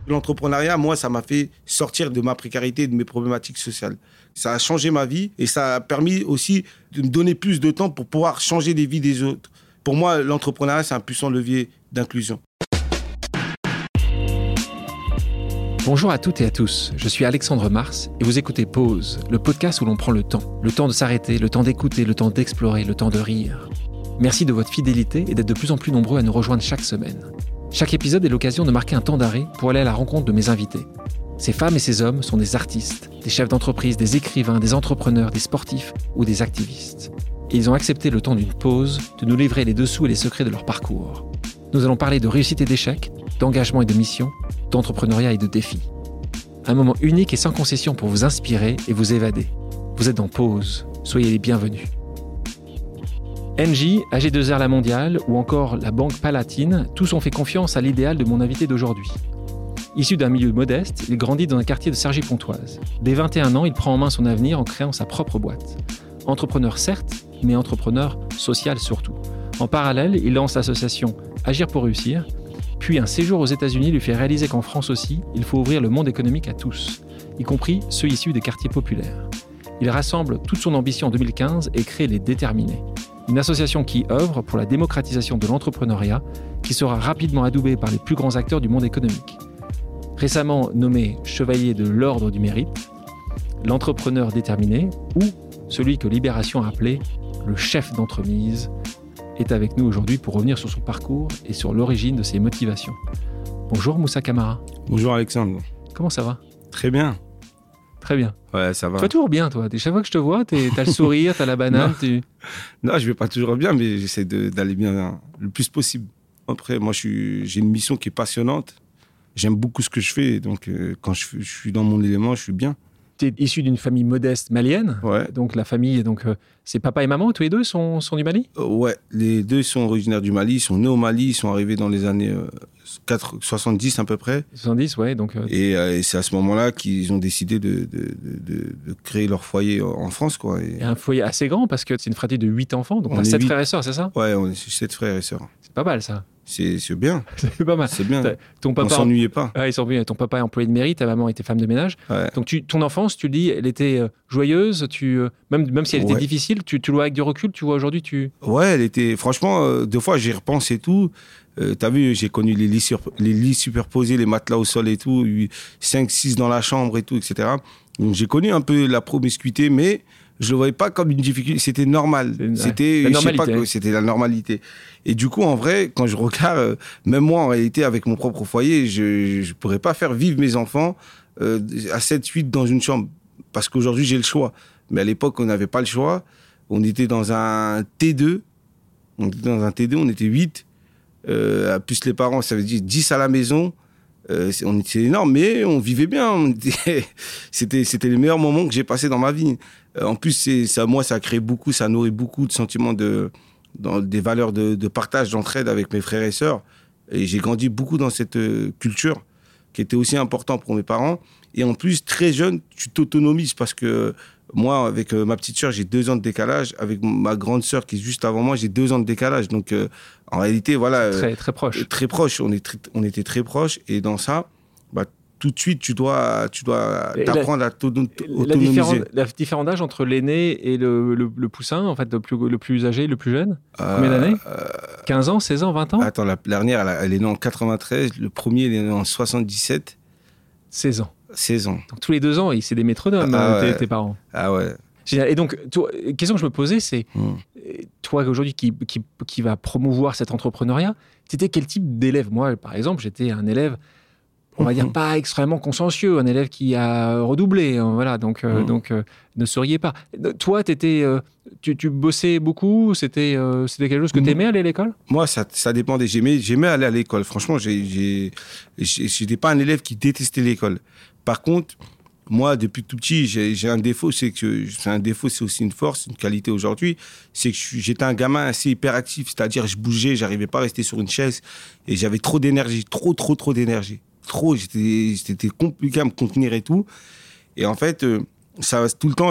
L'entrepreneuriat, moi, ça m'a fait sortir de ma précarité et de mes problématiques sociales. Ça a changé ma vie et ça a permis aussi de me donner plus de temps pour pouvoir changer les vies des autres. Pour moi, l'entrepreneuriat, c'est un puissant levier d'inclusion. Bonjour à toutes et à tous, je suis Alexandre Mars et vous écoutez Pause, le podcast où l'on prend le temps. Le temps de s'arrêter, le temps d'écouter, le temps d'explorer, le temps de rire. Merci de votre fidélité et d'être de plus en plus nombreux à nous rejoindre chaque semaine. Chaque épisode est l'occasion de marquer un temps d'arrêt pour aller à la rencontre de mes invités. Ces femmes et ces hommes sont des artistes, des chefs d'entreprise, des écrivains, des entrepreneurs, des sportifs ou des activistes. Et ils ont accepté le temps d'une pause de nous livrer les dessous et les secrets de leur parcours. Nous allons parler de réussite et d'échec, d'engagement et de mission, d'entrepreneuriat et de défis. Un moment unique et sans concession pour vous inspirer et vous évader. Vous êtes en pause, soyez les bienvenus. Engie, AG2R La Mondiale ou encore la Banque Palatine, tous ont fait confiance à l'idéal de mon invité d'aujourd'hui. Issu d'un milieu modeste, il grandit dans un quartier de Cergy-Pontoise. Dès 21 ans, il prend en main son avenir en créant sa propre boîte. Entrepreneur certes, mais entrepreneur social surtout. En parallèle, il lance l'association Agir pour réussir, puis un séjour aux États-Unis lui fait réaliser qu'en France aussi, il faut ouvrir le monde économique à tous, y compris ceux issus des quartiers populaires. Il rassemble toute son ambition en 2015 et crée Les Déterminés, une association qui œuvre pour la démocratisation de l'entrepreneuriat, qui sera rapidement adoubée par les plus grands acteurs du monde économique. Récemment nommé chevalier de l'Ordre du Mérite, l'entrepreneur déterminé, ou celui que Libération a appelé le chef d'entremise, est avec nous aujourd'hui pour revenir sur son parcours et sur l'origine de ses motivations. Bonjour Moussa Camara. Bonjour Alexandre. Comment ça va ? Très bien. Très bien. Ouais, ça va. Tu vas toujours bien, toi. Chaque fois que je te vois, t'as le sourire, t'as la banane. Non, je vais pas toujours bien, mais j'essaie d'aller bien le plus possible. Après, moi, j'ai une mission qui est passionnante. J'aime beaucoup ce que je fais, donc quand je suis dans mon élément, je suis bien. Tu es issu d'une famille modeste malienne. Ouais. Donc la famille, c'est papa et maman, tous les deux sont du Mali ? Ouais, les deux sont originaires du Mali, ils sont nés au Mali, ils sont arrivés dans les années 70 à peu près. 70, ouais. Et c'est à ce moment-là qu'ils ont décidé de créer leur foyer en France, quoi. Et un foyer assez grand parce que c'est une fratrie de 8 enfants, donc on a 7 frères et sœurs, c'est ça ? Ouais, on est 7 frères et sœurs. C'est pas mal ça. C'est bien. C'est pas mal. C'est bien. Ton papa, on s'ennuyait pas. Ouais, ton papa est employé de mairie, ta maman était femme de ménage. Ouais. Donc ton enfance, tu le dis, elle était joyeuse. Même si elle était difficile, tu le vois avec du recul. Tu vois aujourd'hui, Ouais, elle était. Franchement, deux fois j'y repense et tout. T'as vu, j'ai connu les lits superposés, les matelas au sol et tout, 5, 6 dans la chambre et tout, etc. Donc j'ai connu un peu la promiscuité, mais je le voyais pas comme une difficulté, c'était normal. C'était la normalité. C'était la normalité. Et du coup, en vrai, quand je regarde, même moi, en réalité, avec mon propre foyer, je pourrais pas faire vivre mes enfants à 7, 8 dans une chambre. Parce qu'aujourd'hui, j'ai le choix. Mais à l'époque, on n'avait pas le choix. On était dans un T2. On était 8. Plus les parents, ça veut dire 10 à la maison. C'est énorme, mais on vivait bien. C'était les meilleurs moments que j'ai passés dans ma vie. En plus, moi, ça a créé beaucoup, ça nourrit beaucoup de sentiments des valeurs de partage, d'entraide avec mes frères et sœurs. Et j'ai grandi beaucoup dans cette culture qui était aussi importante pour mes parents. Et en plus, très jeune, tu t'autonomises parce que moi, avec ma petite sœur, j'ai 2 ans de décalage. Avec ma grande sœur qui est juste avant moi, j'ai 2 ans de décalage. Donc, en réalité, voilà. Très proche. Très proche. On était très proches. Et dans ça, tout de suite, tu dois t'apprendre à t'autonomiser. La différence d'âge entre l'aîné et le poussin, en fait, le plus âgé, le plus jeune, combien d'années ? 15 ans, 16 ans, 20 ans ? Attends, la dernière, elle est née en 93. Le premier, il est né en 77. 16 ans. 16 ans. Donc, tous les 2 ans, c'est des métronomes, tes parents. Ah ouais. Génial. Et donc, question que je me posais, c'est, toi aujourd'hui qui va promouvoir cet entrepreneuriat, t'étais quel type d'élève ? Moi, par exemple, j'étais un élève, on va dire, pas extrêmement consciencieux, un élève qui a redoublé, voilà, donc ne souriez pas. Toi, tu bossais beaucoup, c'était quelque chose que t'aimais aller à l'école ? Moi, ça dépendait. J'aimais aller à l'école. Franchement, j'étais pas un élève qui détestait l'école. Par contre, moi, depuis tout petit, j'ai un défaut, c'est aussi une force, une qualité aujourd'hui, c'est que j'étais un gamin assez hyperactif, c'est-à-dire je bougeais, j'arrivais pas à rester sur une chaise et j'avais trop d'énergie, trop d'énergie. C'était compliqué à me contenir et tout. Et en fait, ça, tout le temps,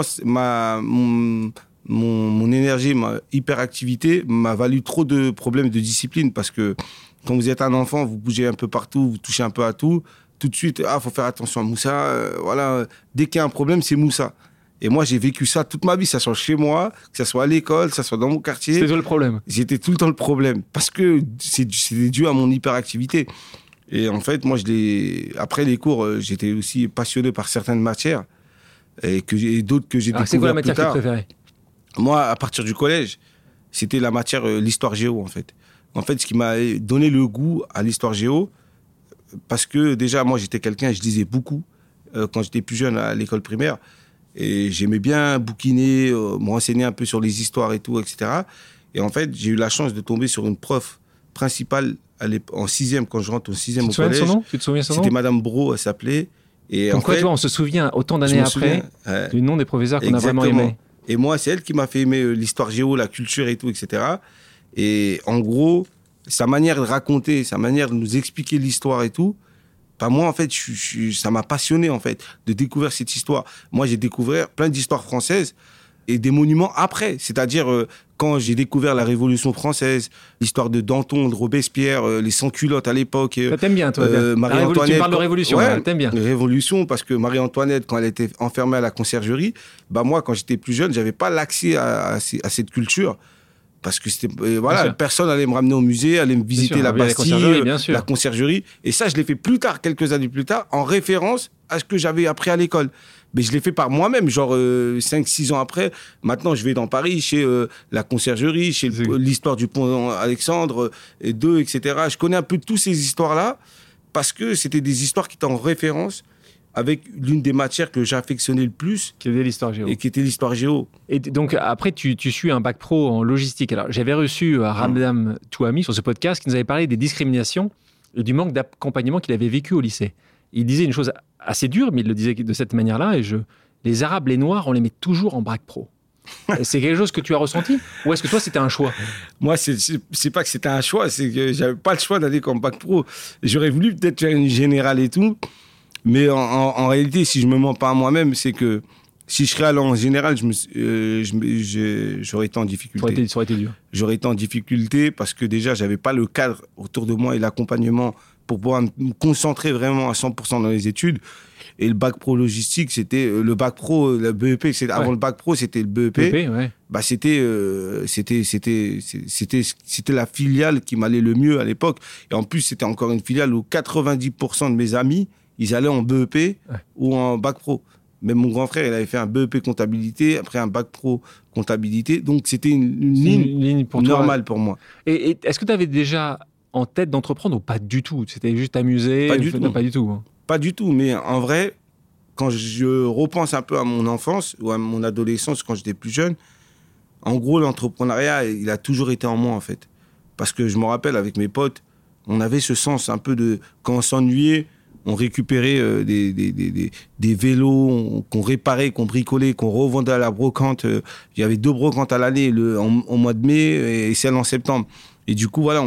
mon énergie, ma hyperactivité m'a valu trop de problèmes de discipline parce que quand vous êtes un enfant, vous bougez un peu partout, vous touchez un peu à tout. tout de suite, faut faire attention à Moussa. Voilà, dès qu'il y a un problème, c'est Moussa. Et moi, j'ai vécu ça toute ma vie, que ça soit chez moi, que ça soit à l'école, que ça soit dans mon quartier. C'était tout le problème. J'étais tout le temps le problème. Parce que c'est dû à mon hyperactivité. Et en fait, moi, après les cours, j'étais aussi passionné par certaines matières. Et d'autres que j'ai découvert plus tard. C'est quoi la matière que tu préférais ? Moi, à partir du collège, c'était la matière, l'histoire géo, en fait. En fait, ce qui m'a donné le goût à l'histoire géo, parce que déjà, moi, j'étais quelqu'un, je lisais beaucoup quand j'étais plus jeune à l'école primaire. Et j'aimais bien bouquiner, me renseigner un peu sur les histoires et tout, etc. Et en fait, j'ai eu la chance de tomber sur une prof principale en 6e, quand je rentre au 6e au collège. Tu te souviens son nom ? C'était Madame Brault, elle s'appelait. Et comme quoi, tu vois, on se souvient autant d'années après du nom des professeurs qu'on a vraiment aimé. Et moi, c'est elle qui m'a fait aimer l'histoire géo, la culture et tout, etc. Et en gros, sa manière de raconter, sa manière de nous expliquer l'histoire et tout, moi, en fait, ça m'a passionné, en fait, de découvrir cette histoire. Moi, j'ai découvert plein d'histoires françaises et des monuments après. C'est-à-dire, quand j'ai découvert la Révolution française, l'histoire de Danton, de Robespierre, les sans-culottes à l'époque. Ça t'aimes bien, toi, Marie-Antoinette. Tu parles de Révolution, t'aimes bien. Révolution, parce que Marie-Antoinette, quand elle était enfermée à la conciergerie, moi, quand j'étais plus jeune, j'avais pas l'accès à cette culture. Parce que personne allait me ramener au musée, allait me visiter la Bastille, la conciergerie. Et ça, je l'ai fait plus tard, quelques années plus tard, en référence à ce que j'avais appris à l'école. Mais je l'ai fait par moi-même, genre 5-6 ans après. Maintenant, je vais dans Paris, chez la conciergerie, chez l'histoire du pont Alexandre, etc. Je connais un peu toutes ces histoires-là, parce que c'était des histoires qui étaient en référence avec l'une des matières que j'affectionnais le plus. Qui était l'histoire géo. Et qui était l'histoire géo. Et donc, après, tu suis un bac pro en logistique. Alors, j'avais reçu Ramdam Touami sur ce podcast qui nous avait parlé des discriminations et du manque d'accompagnement qu'il avait vécu au lycée. Il disait une chose assez dure, mais il le disait de cette manière-là, les Arabes, les Noirs, on les met toujours en bac pro. C'est quelque chose que tu as ressenti ? Ou est-ce que toi, c'était un choix ? Moi, c'est pas que c'était un choix, c'est que j'avais pas le choix d'aller comme bac pro. J'aurais voulu peut-être faire une générale et tout. Mais en réalité, si je me mens pas à moi-même, c'est que si je serais allé en général, j'aurais été en difficulté. Ça aurait été dur. J'aurais été en difficulté parce que déjà, j'avais pas le cadre autour de moi et l'accompagnement pour pouvoir me concentrer vraiment à 100% dans les études. Et le bac pro logistique, c'était le bac pro, le BEP, avant le bac pro, c'était le BEP. C'était la filiale qui m'allait le mieux à l'époque. Et en plus, c'était encore une filiale où 90% de mes amis, ils allaient en BEP ou en bac pro. Même mon grand frère, il avait fait un BEP comptabilité, après un bac pro comptabilité. Donc, c'était une ligne normale pour moi. Et est-ce que tu avais déjà en tête d'entreprendre ou pas du tout ? C'était juste amusé ? Pas du tout. Non, pas du tout. Hein. Pas du tout. Mais en vrai, quand je repense un peu à mon enfance ou à mon adolescence, quand j'étais plus jeune, en gros, l'entrepreneuriat, il a toujours été en moi, en fait. Parce que je me rappelle, avec mes potes, on avait ce sens un peu de... Quand on s'ennuyait, on récupérait des vélos qu'on réparait, qu'on bricolait, qu'on revendait à la brocante. Il y avait 2 brocantes à l'année, au mois de mai et celle en septembre. Et du coup, voilà,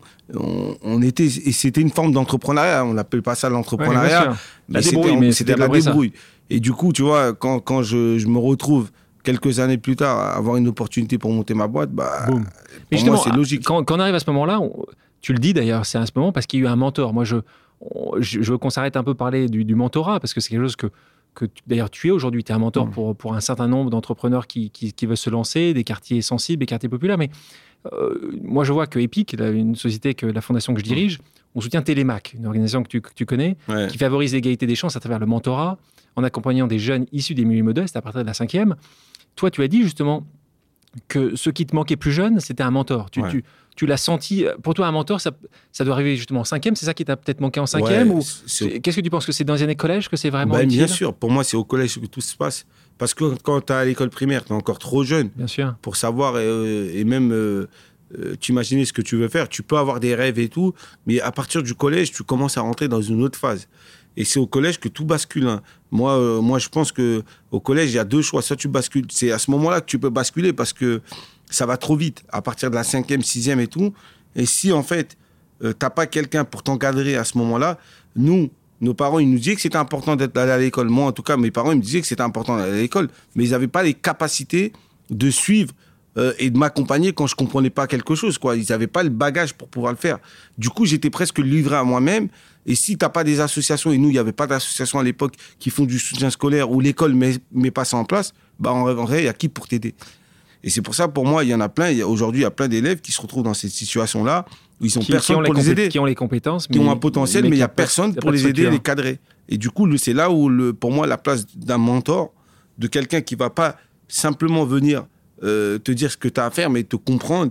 et c'était une forme d'entrepreneuriat. On n'appelle pas ça l'entrepreneuriat. Mais c'était la débrouille. Et du coup, tu vois, quand je me retrouve quelques années plus tard à avoir une opportunité pour monter ma boîte, pour moi, c'est logique. Quand on arrive à ce moment-là, tu le dis d'ailleurs, c'est à ce moment parce qu'il y a eu un mentor. Moi, je veux qu'on s'arrête un peu parler du mentorat, parce que c'est quelque chose que d'ailleurs tu es aujourd'hui. Tu es un mentor pour un certain nombre d'entrepreneurs qui veulent se lancer, des quartiers sensibles, des quartiers populaires. Mais moi, je vois que Epic, une société, la fondation que je dirige, on soutient Télémac, une organisation que tu connais, qui favorise l'égalité des chances à travers le mentorat, en accompagnant des jeunes issus des milieux modestes à partir de la 5e. Toi, tu as dit justement que ce qui te manquait plus jeune, c'était un mentor. Tu l'as senti. Pour toi, un mentor, ça doit arriver justement en 5e. C'est ça qui t'a peut-être manqué en 5e Qu'est-ce que tu penses, que c'est dans les années collège que c'est vraiment utile ? Bien sûr. Pour moi, c'est au collège que tout se passe. Parce que quand tu es à l'école primaire, tu es encore trop jeune pour savoir et même t'imaginer ce que tu veux faire. Tu peux avoir des rêves et tout, mais à partir du collège, tu commences à rentrer dans une autre phase. Et c'est au collège que tout bascule. Hein. Moi, je pense qu'au collège, il y a 2 choix. Soit tu bascules. C'est à ce moment-là que tu peux basculer parce que ça va trop vite, à partir de la 5e, 6e et tout. Et si, en fait, t'as pas quelqu'un pour t'encadrer à ce moment-là, nos parents, ils nous disaient que c'était important d'aller à l'école. Moi, en tout cas, mes parents, ils me disaient que c'était important d'aller à l'école, mais ils n'avaient pas les capacités de suivre et de m'accompagner quand je comprenais pas quelque chose, quoi. Ils n'avaient pas le bagage pour pouvoir le faire. Du coup, j'étais presque livré à moi-même. Et si tu n'as pas des associations, et nous, il n'y avait pas d'associations à l'époque qui font du soutien scolaire, où l'école met pas ça en place, en vrai, il y a qui pour t'aider? Et c'est pour ça, pour moi, il y en a plein. Aujourd'hui, il y a plein d'élèves qui se retrouvent dans cette situation-là, où ils ont personne pour les aider. Qui ont les compétences. Qui ont un potentiel, mais il n'y a personne pour les aider, les cadrer. Et du coup, c'est là où, pour moi, la place d'un mentor, de quelqu'un qui ne va pas simplement venir te dire ce que tu as à faire, mais te comprendre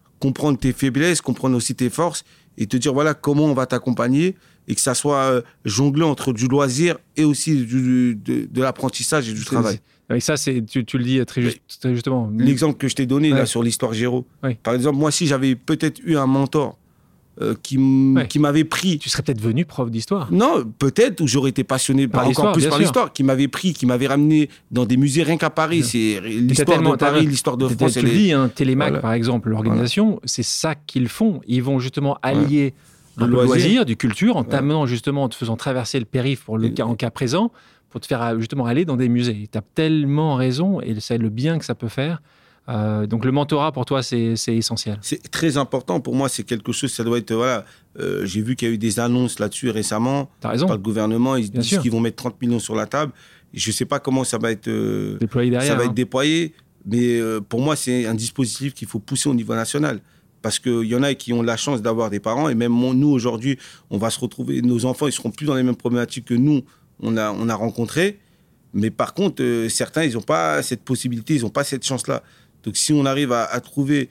tes faiblesses, comprendre aussi tes forces, et te dire, voilà, comment on va t'accompagner, et que ça soit jonglé entre du loisir et aussi de l'apprentissage et du travail. Et ça, tu le dis très justement. L'exemple que je t'ai donné là sur l'histoire Géraud. Oui. Par exemple, moi, si j'avais peut-être eu un mentor qui m'avait pris... Tu serais peut-être venu prof d'histoire. Non, peut-être, ou j'aurais été passionné encore plus par l'histoire, qui m'avait pris, qui m'avait ramené dans des musées rien qu'à Paris. Ouais. C'est l'histoire de Paris, l'histoire de France. Tu le dis, Télémac, par exemple, l'organisation, c'est ça qu'ils font. Ils vont justement allier... Le loisir, du culture, en t'amenant justement, en te faisant traverser le périph' en cas présent, pour te faire justement aller dans des musées. Tu as tellement raison, et c'est le bien que ça peut faire. Donc le mentorat, pour toi, c'est essentiel. C'est très important. Pour moi, c'est quelque chose, ça doit être... j'ai vu qu'il y a eu des annonces là-dessus récemment par le gouvernement. Ils disent qu'ils vont mettre 30 millions sur la table. Je ne sais pas comment ça va être déployé derrière. Ça va être déployé, mais pour moi, c'est un dispositif qu'il faut pousser au niveau national. Parce qu'il y en a qui ont la chance d'avoir des parents, et même nous, aujourd'hui, on va se retrouver, nos enfants, ils ne seront plus dans les mêmes problématiques que nous, on a rencontrées. Mais par contre, certains, ils n'ont pas cette possibilité, ils n'ont pas cette chance-là. Donc, si on arrive à trouver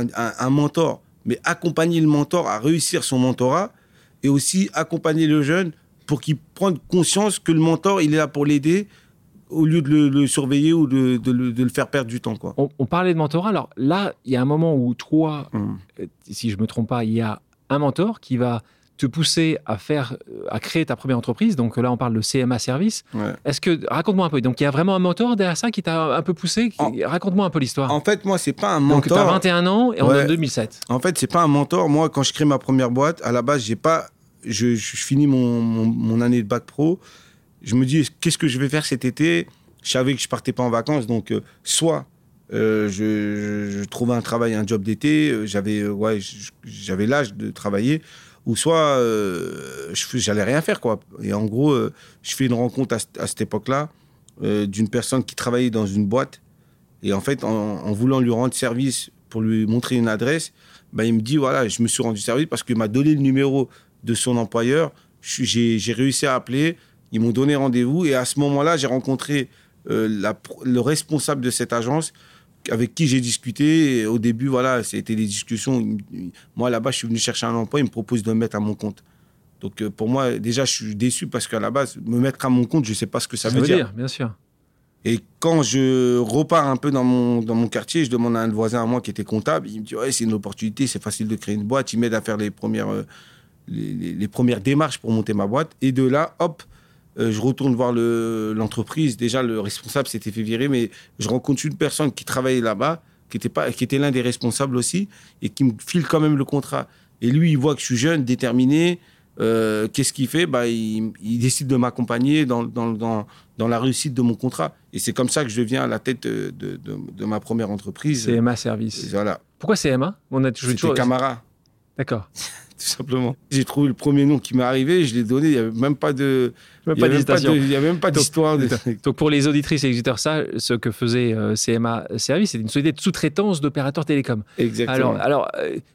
un mentor, mais accompagner le mentor à réussir son mentorat, et aussi accompagner le jeune pour qu'il prenne conscience que le mentor, il est là pour l'aider, au lieu de le surveiller ou de le faire perdre du temps, quoi. On parlait de mentorat. Alors là, il y a un moment où toi, si je ne me trompe pas, il y a un mentor qui va te pousser à créer ta première entreprise. Donc là, on parle de CMA Service. Ouais. Raconte-moi un peu. Donc il y a vraiment un mentor derrière ça qui t'a un peu poussé. Raconte-moi un peu l'histoire. En fait, moi, c'est pas un mentor. Donc tu as 21 ans et on est en 2007. En fait, c'est pas un mentor. Moi, quand je crée ma première boîte, à la base, je finis mon année de bac pro. Je me dis, qu'est-ce que je vais faire cet été? Je savais que je partais pas en vacances, donc soit je trouvais un travail, un job d'été, j'avais l'âge de travailler, ou soit j'allais rien faire, quoi. Et en gros, je fais une rencontre à cette époque-là d'une personne qui travaillait dans une boîte, et en fait, en voulant lui rendre service pour lui montrer une adresse, il me dit, voilà, je me suis rendu service parce qu'il m'a donné le numéro de son employeur, j'ai réussi à appeler. Ils m'ont donné rendez-vous, et à ce moment-là, j'ai rencontré le responsable de cette agence avec qui j'ai discuté. Et au début, voilà, c'était des discussions. Moi, là-bas, je suis venu chercher un emploi, il me propose de me mettre à mon compte. Donc, pour moi, déjà, je suis déçu parce qu'à la base, me mettre à mon compte, je ne sais pas ce que ça veut dire. Bien sûr. Et quand je repars un peu dans mon quartier, je demande à un voisin à moi qui était comptable, il me dit, ouais, c'est une opportunité, c'est facile de créer une boîte. Il m'aide à faire les premières démarches pour monter ma boîte. Et de là, hop, je retourne voir l'entreprise. Déjà, le responsable s'était fait virer, mais je rencontre une personne qui travaillait là-bas, qui était l'un des responsables aussi, et qui me file quand même le contrat. Et lui, il voit que je suis jeune, déterminé. Qu'est-ce qu'il fait? Il décide de m'accompagner dans la réussite de mon contrat. Et c'est comme ça que je deviens à la tête de ma première entreprise. CMA Service. Voilà. Pourquoi CMA? C'était Camara. D'accord. Tout simplement. J'ai trouvé le premier nom qui m'est arrivé, je l'ai donné, il n'y avait même pas de... Il n'y avait même pas d'histoire. Donc pour les auditrices et auditeurs, ça, ce que faisait CMA Service, c'est une société de sous-traitance d'opérateurs télécoms. Exactement. Alors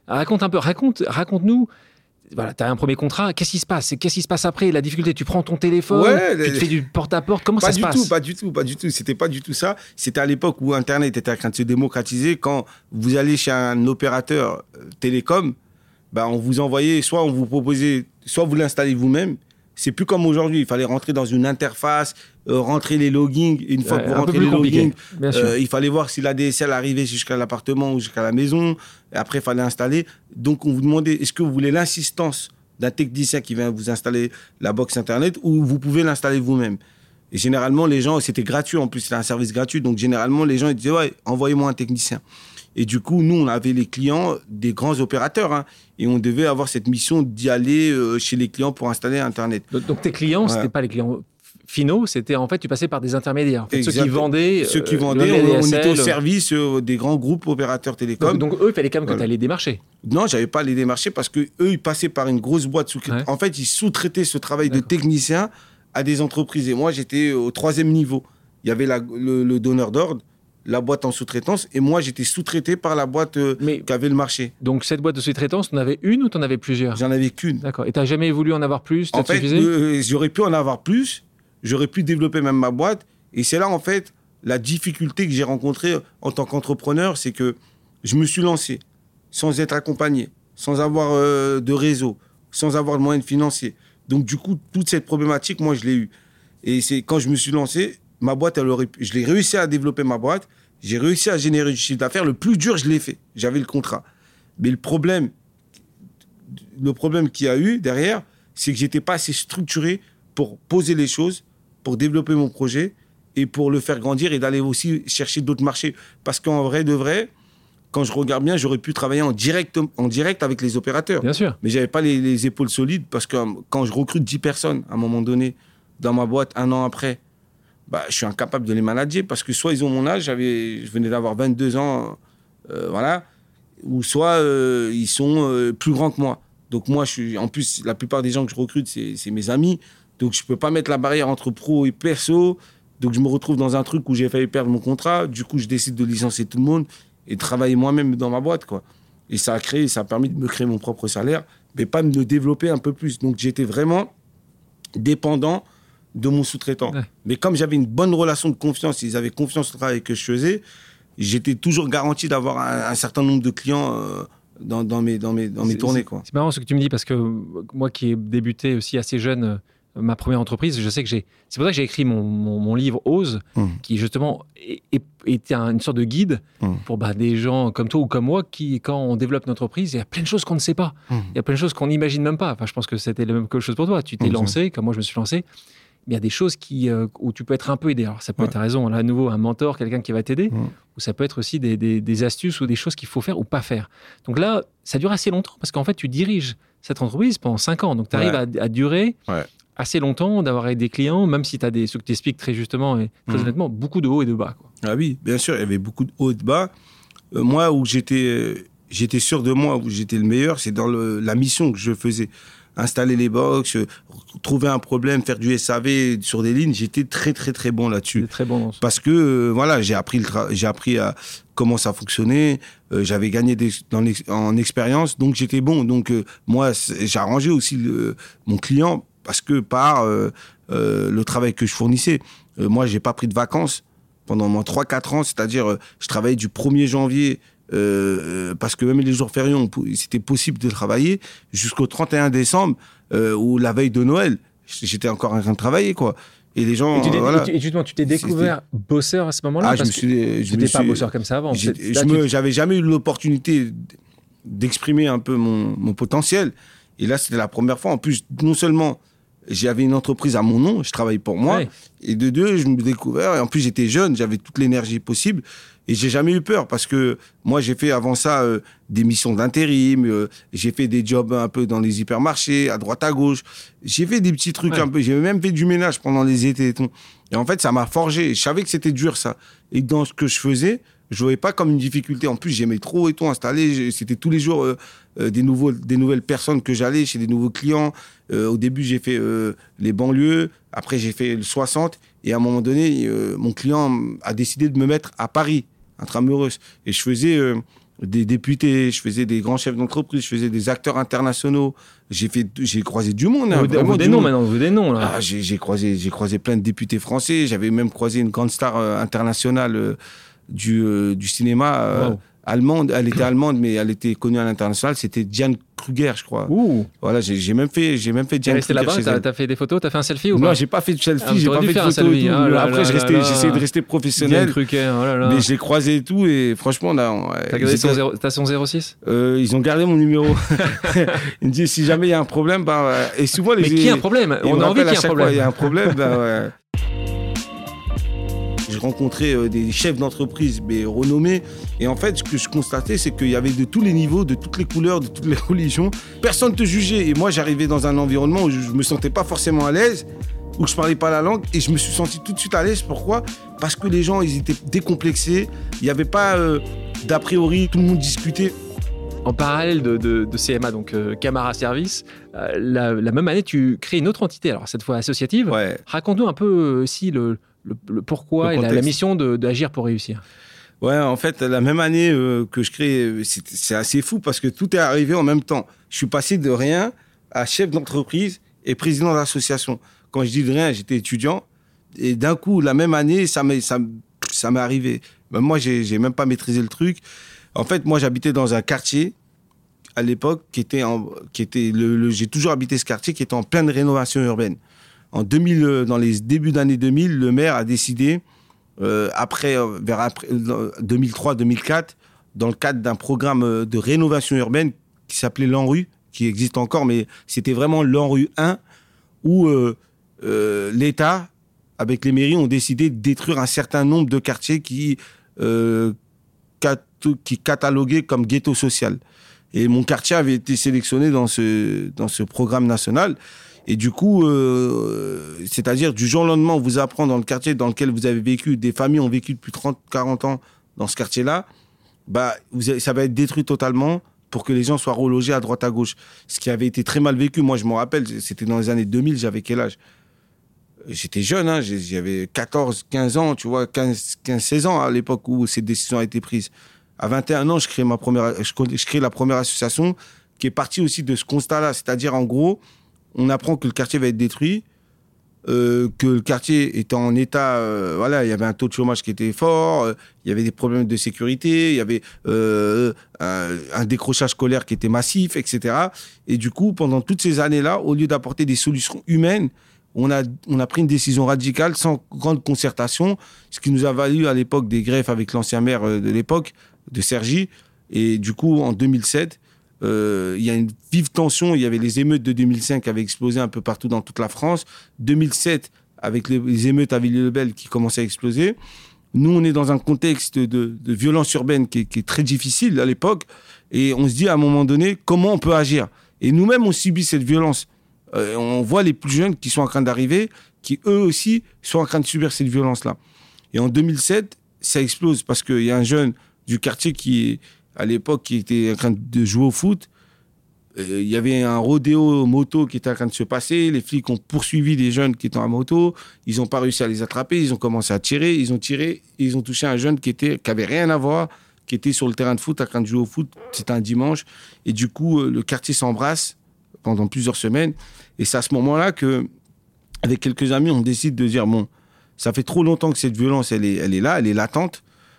raconte-nous, voilà, tu as un premier contrat, qu'est-ce qui se passe? Qu'est-ce qui se passe après? La difficulté, tu prends ton téléphone, tu te fais du porte-à-porte, comment ça se passe? Pas du tout. C'était pas du tout ça. C'était à l'époque où Internet était en train de se démocratiser. Quand vous allez chez un opérateur télécom, on vous envoyait, soit on vous proposait, soit vous l'installez vous-même. C'est plus comme aujourd'hui. Il fallait rentrer dans une interface, rentrer les logins. Une fois que vous rentrez les logins, il fallait voir si l'ADSL arrivait jusqu'à l'appartement ou jusqu'à la maison. Et après, il fallait installer. Donc, on vous demandait, est-ce que vous voulez l'assistance d'un technicien qui vient vous installer la box Internet, ou vous pouvez l'installer vous-même? Et généralement, les gens, c'était gratuit. En plus, c'était un service gratuit. Donc, généralement, les gens ils disaient, ouais, envoyez-moi un technicien. Et du coup, nous, on avait les clients des grands opérateurs, et on devait avoir cette mission d'y aller chez les clients pour installer Internet. Donc tes clients, c'était pas les clients finaux, c'était en fait, tu passais par des intermédiaires. En fait, ceux qui vendaient. On était au service des grands groupes opérateurs télécoms. Donc eux, il fallait quand même que tu allais démarcher. Non, j'avais pas à les démarcher parce que eux, ils passaient par une grosse boîte. En fait, ils sous-traitaient ce travail de technicien à des entreprises. Et moi, j'étais au 3e niveau. Il y avait le donneur d'ordre, la boîte en sous-traitance, et moi, j'étais sous-traité par la boîte qui avait le marché. Donc, cette boîte de sous-traitance, tu en avais une ou tu en avais plusieurs ? J'en avais qu'une. D'accord. Et tu n'as jamais voulu en avoir plus ? En fait, j'aurais pu en avoir plus, j'aurais pu développer même ma boîte, et c'est là, en fait, la difficulté que j'ai rencontrée en tant qu'entrepreneur, c'est que je me suis lancé sans être accompagné, sans avoir de réseau, sans avoir de moyens financiers. Donc, du coup, toute cette problématique, moi, je l'ai eue. Et c'est quand je me suis lancé, ma boîte, je l'ai réussi à développer ma boîte. J'ai réussi à générer du chiffre d'affaires. Le plus dur, je l'ai fait. J'avais le contrat. Mais le problème qu'il y a eu derrière, c'est que j'étais pas assez structuré pour poser les choses, pour développer mon projet et pour le faire grandir et d'aller aussi chercher d'autres marchés. Parce qu'en vrai de vrai, quand je regarde bien, j'aurais pu travailler en direct avec les opérateurs. Bien sûr. Mais j'avais pas les épaules solides parce que quand je recrute 10 personnes, à un moment donné, dans ma boîte, 1 an après, je suis incapable de les manager parce que soit ils ont mon âge, je venais d'avoir 22 ans, voilà, ou soit ils sont plus grands que moi. Donc moi, en plus, la plupart des gens que je recrute, c'est mes amis. Donc je peux pas mettre la barrière entre pro et perso. Donc je me retrouve dans un truc où j'ai failli perdre mon contrat. Du coup, je décide de licencier tout le monde et de travailler moi-même dans ma boîte, quoi. Et ça a permis de me créer mon propre salaire, mais pas de me développer un peu plus. Donc j'étais vraiment dépendant de mon sous-traitant. Ouais. Mais comme j'avais une bonne relation de confiance, ils avaient confiance au travail que je faisais, j'étais toujours garanti d'avoir un certain nombre de clients dans mes tournées, quoi. C'est marrant ce que tu me dis, parce que moi qui ai débuté aussi assez jeune ma première entreprise, je sais que c'est pour ça que j'ai écrit mon livre Ose, qui justement était une sorte de guide pour des gens comme toi ou comme moi qui, quand on développe une entreprise, il y a plein de choses qu'on ne sait pas. Il y a plein de choses qu'on n'imagine même pas. Enfin, je pense que c'était la même chose pour toi. Tu t'es lancé, comme moi je me suis lancé. Il y a des choses où tu peux être un peu aidé. Alors, ça peut être, tu as raison, là, à nouveau, un mentor, quelqu'un qui va t'aider, ou ça peut être aussi des astuces ou des choses qu'il faut faire ou pas faire. Donc là, ça dure assez longtemps parce qu'en fait, tu diriges cette entreprise pendant 5 ans. Donc, tu arrives à durer assez longtemps, d'avoir des clients, même si tu as ce que tu expliques très justement et très honnêtement, beaucoup de hauts et de bas, quoi. Ah oui, bien sûr, il y avait beaucoup de hauts et de bas. Moi, où j'étais sûr de moi, où j'étais le meilleur, c'est dans la mission que je faisais. Installer les box, trouver un problème, faire du SAV sur des lignes, j'étais très très très bon là-dessus. Très bon. Parce que voilà, j'ai appris à comment ça fonctionnait, j'avais gagné en expérience, donc j'étais bon. Donc moi, j'ai arrangé aussi mon client parce que par le travail que je fournissais, moi j'ai pas pris de vacances pendant 3-4 ans, c'est-à-dire je travaillais du 1er janvier. Parce que même les jours fériés, c'était possible de travailler jusqu'au 31 décembre ou la veille de Noël. J'étais encore en train de travailler, quoi. Et les gens, et justement, tu t'es découvert bosseur à ce moment-là? Ah, tu n'étais pas bosseur comme ça avant. J'avais jamais eu l'opportunité d'exprimer un peu mon potentiel. Et là, c'était la première fois. En plus, non seulement j'avais une entreprise à mon nom, je travaillais pour moi, et de deux, je me découvrais. Et en plus, j'étais jeune, j'avais toute l'énergie possible. Et j'ai jamais eu peur parce que moi, j'ai fait avant ça des missions d'intérim, j'ai fait des jobs un peu dans les hypermarchés, à droite, à gauche. J'ai fait des petits trucs un peu, j'ai même fait du ménage pendant les étés et tout. Et en fait, ça m'a forgé. Je savais que c'était dur, ça. Et dans ce que je faisais, je voyais pas comme une difficulté. En plus, j'aimais trop et tout installer. C'était tous les jours des nouvelles personnes que j'allais chez des nouveaux clients. Au début, j'ai fait les banlieues. Après, j'ai fait le 60. Et à un moment donné, mon client a décidé de me mettre à Paris, intramuros. Et je faisais des députés, je faisais des grands chefs d'entreprise, je faisais des acteurs internationaux. J'ai croisé du monde. On veut des noms maintenant, on veut des noms. Là. Ah, j'ai croisé plein de députés français. J'avais même croisé une grande star internationale du cinéma allemande. Elle était allemande, mais elle était connue à l'international. C'était Diane Kruger, je crois. Ouh. Voilà, j'ai même fait Diane Kruger. T'es resté là-bas, t'as fait des photos, t'as fait un selfie ou pas? Non, j'ai pas fait de selfie, j'ai pas fait de photos. Après, j'essayais de rester professionnel. Diane Kruger, oh là là. Mais je l'ai croisé et tout, et franchement, t'as son 06? Ils ont gardé mon numéro. Ils me disent si jamais il y a un problème, et souvent mais qui a un problème? On a envie qu'il y ait un problème. Il y a un problème, ouais. J'ai rencontré des chefs d'entreprise renommés. Et en fait, ce que je constatais, c'est qu'il y avait de tous les niveaux, de toutes les couleurs, de toutes les religions. Personne ne te jugeait. Et moi, j'arrivais dans un environnement où je ne me sentais pas forcément à l'aise. où je parlais pas la langue et je me suis senti tout de suite à l'aise. Pourquoi ? Parce que les gens, ils étaient décomplexés. Il n'y avait pas d'a priori, tout le monde discutait. En parallèle de CMA, donc Camara Service, la même année, tu crées une autre entité, alors cette fois associative. Ouais. Raconte-nous un peu aussi le pourquoi et la mission d'Agir pour réussir. Ouais, en fait, la même année que je crée, c'est assez fou parce que tout est arrivé en même temps. Je suis passé de rien à chef d'entreprise et président d'association. Quand je dis de rien, j'étais étudiant. Et d'un coup, la même année, ça m'est arrivé. Même moi, j'ai même pas maîtrisé le truc. En fait, moi, j'habitais dans un quartier, à l'époque, j'ai toujours habité ce quartier, qui était en pleine rénovation urbaine. En 2000, dans les débuts d'année 2000, le maire a décidé, vers 2003-2004, dans le cadre d'un programme de rénovation urbaine qui s'appelait l'ANRU, qui existe encore, mais c'était vraiment l'ANRU 1, où l'État, avec les mairies, ont décidé de détruire un certain nombre de quartiers qui catalogués comme ghetto social. Et mon quartier avait été sélectionné dans ce programme national. Et du coup, c'est-à-dire du jour au lendemain, on vous apprend dans le quartier dans lequel vous avez vécu, des familles ont vécu depuis 30-40 ans dans ce quartier-là, ça va être détruit totalement pour que les gens soient relogés à droite à gauche. Ce qui avait été très mal vécu. Moi, je me rappelle, c'était dans les années 2000, j'avais quel âge ? J'étais jeune, hein, j'avais 14, 15 ans, tu vois, 15, 16 ans à l'époque où cette décision a été prise. À 21 ans, je crée la première association qui est partie aussi de ce constat-là. C'est-à-dire, en gros, on apprend que le quartier va être détruit, que le quartier était en état... il y avait un taux de chômage qui était fort, il y avait des problèmes de sécurité, il y avait un décrochage scolaire qui était massif, etc. Et du coup, pendant toutes ces années-là, au lieu d'apporter des solutions humaines, on a pris une décision radicale sans grande concertation, ce qui nous a valu à l'époque des greffes avec l'ancien maire de l'époque, de Cergy. Et du coup, en 2007, il y a une vive tension. Il y avait les émeutes de 2005 qui avaient explosé un peu partout dans toute la France. 2007, avec les émeutes à Villiers-le-Bel qui commençaient à exploser. Nous, on est dans un contexte de violence urbaine qui est très difficile à l'époque. Et on se dit à un moment donné, comment on peut agir ? Et nous-mêmes, on subit cette violence. On voit les plus jeunes qui sont en train d'arriver, qui eux aussi sont en train de subir cette violence-là. Et en 2007, ça explose parce qu'il y a un jeune du quartier qui, à l'époque, qui était en train de jouer au foot. Il y avait un rodéo moto qui était en train de se passer. Les flics ont poursuivi des jeunes qui étaient en moto. Ils n'ont pas réussi à les attraper. Ils ont commencé à tirer. Ils ont tiré. Ils ont touché un jeune qui avait rien à voir, qui était sur le terrain de foot en train de jouer au foot. C'était un dimanche. Et du coup, le quartier s'embrasse pendant plusieurs semaines. Et c'est à ce moment-là que, avec quelques amis, on décide de dire, bon, ça fait trop longtemps que cette violence, elle est là, elle est latente.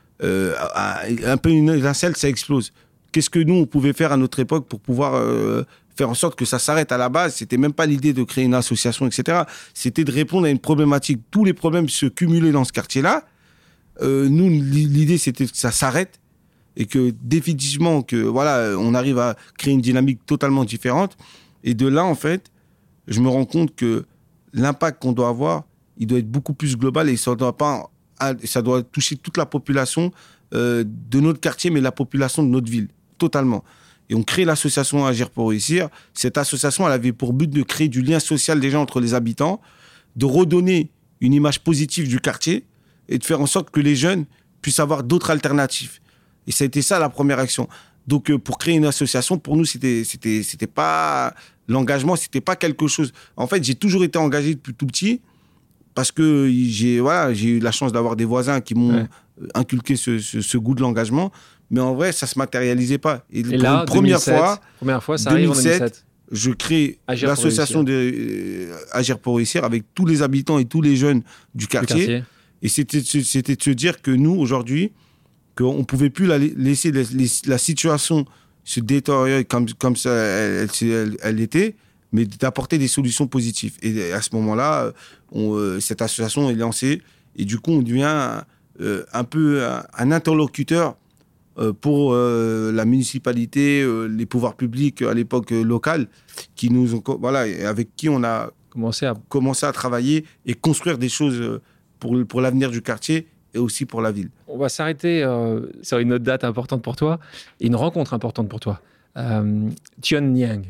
Un peu une étincelle, ça explose. Qu'est-ce que nous, on pouvait faire à notre époque pour pouvoir faire en sorte que ça s'arrête à la base ? C'était même pas l'idée de créer une association, etc. C'était de répondre à une problématique. Tous les problèmes se cumulaient dans ce quartier-là. Nous, l'idée, c'était que ça s'arrête et que définitivement, on arrive à créer une dynamique totalement différente. Et de là, en fait, je me rends compte que l'impact qu'on doit avoir, il doit être beaucoup plus global et ça doit toucher toute la population de notre quartier, mais la population de notre ville, totalement. Et on crée l'association Agir pour réussir. Cette association, elle avait pour but de créer du lien social déjà entre les habitants, de redonner une image positive du quartier et de faire en sorte que les jeunes puissent avoir d'autres alternatives. Et ça a été ça la première action. Donc, pour créer une association, pour nous, c'était pas l'engagement, c'était pas quelque chose. En fait, j'ai toujours été engagé depuis tout petit parce que j'ai eu la chance d'avoir des voisins qui m'ont inculqué ce goût de l'engagement. Mais en vrai, ça se matérialisait pas. Et là, pour une première fois, ça arrive en 2007. Je crée l'association Agir pour réussir avec tous les habitants et tous les jeunes du quartier. Et c'était de se dire que nous, aujourd'hui, qu'on ne pouvait plus laisser la situation se détériorer comme ça elle était, mais d'apporter des solutions positives. Et à ce moment-là, cette association est lancée. Et du coup, on devient un peu un interlocuteur pour la municipalité, les pouvoirs publics à l'époque locales, qui nous ont, avec qui on a commencé à travailler et construire des choses pour l'avenir du quartier et aussi pour la ville. On va s'arrêter sur une autre date importante pour toi et une rencontre importante pour toi. Thione Niang.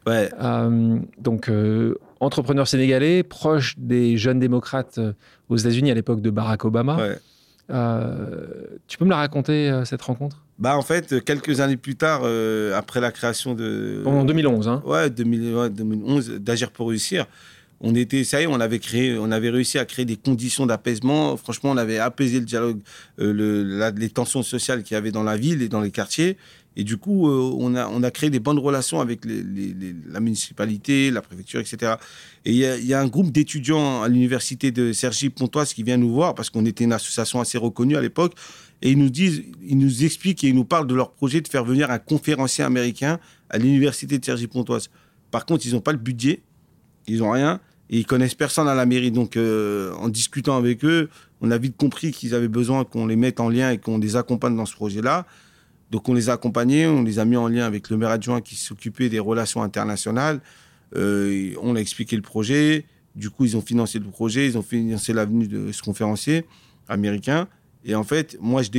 Ouais. Donc, entrepreneur sénégalais, proche des jeunes démocrates aux États-Unis à l'époque de Barack Obama. Ouais. Tu peux me la raconter, cette rencontre? Bah, en fait, quelques années plus tard, après la création de... En 2011, hein. Ouais, 2011, d'Agir pour réussir. Ça y est, on avait réussi à créer des conditions d'apaisement. Franchement, on avait apaisé le dialogue, les tensions sociales qu'il y avait dans la ville et dans les quartiers. Et du coup, on a créé des bonnes relations avec la municipalité, la préfecture, etc. Et il y a un groupe d'étudiants à l'université de Cergy-Pontoise qui vient nous voir parce qu'on était une association assez reconnue à l'époque. Et ils nous expliquent et ils nous parlent de leur projet de faire venir un conférencier américain à l'université de Cergy-Pontoise. Par contre, ils n'ont pas le budget, ils n'ont rien. Et ils connaissent personne à la mairie. Donc, en discutant avec eux, on a vite compris qu'ils avaient besoin qu'on les mette en lien et qu'on les accompagne dans ce projet-là. Donc, on les a accompagnés, on les a mis en lien avec le maire adjoint qui s'occupait des relations internationales. On a expliqué le projet. Du coup, ils ont financé le projet, ils ont financé l'avenue de ce conférencier américain. Et en fait, moi, j'étais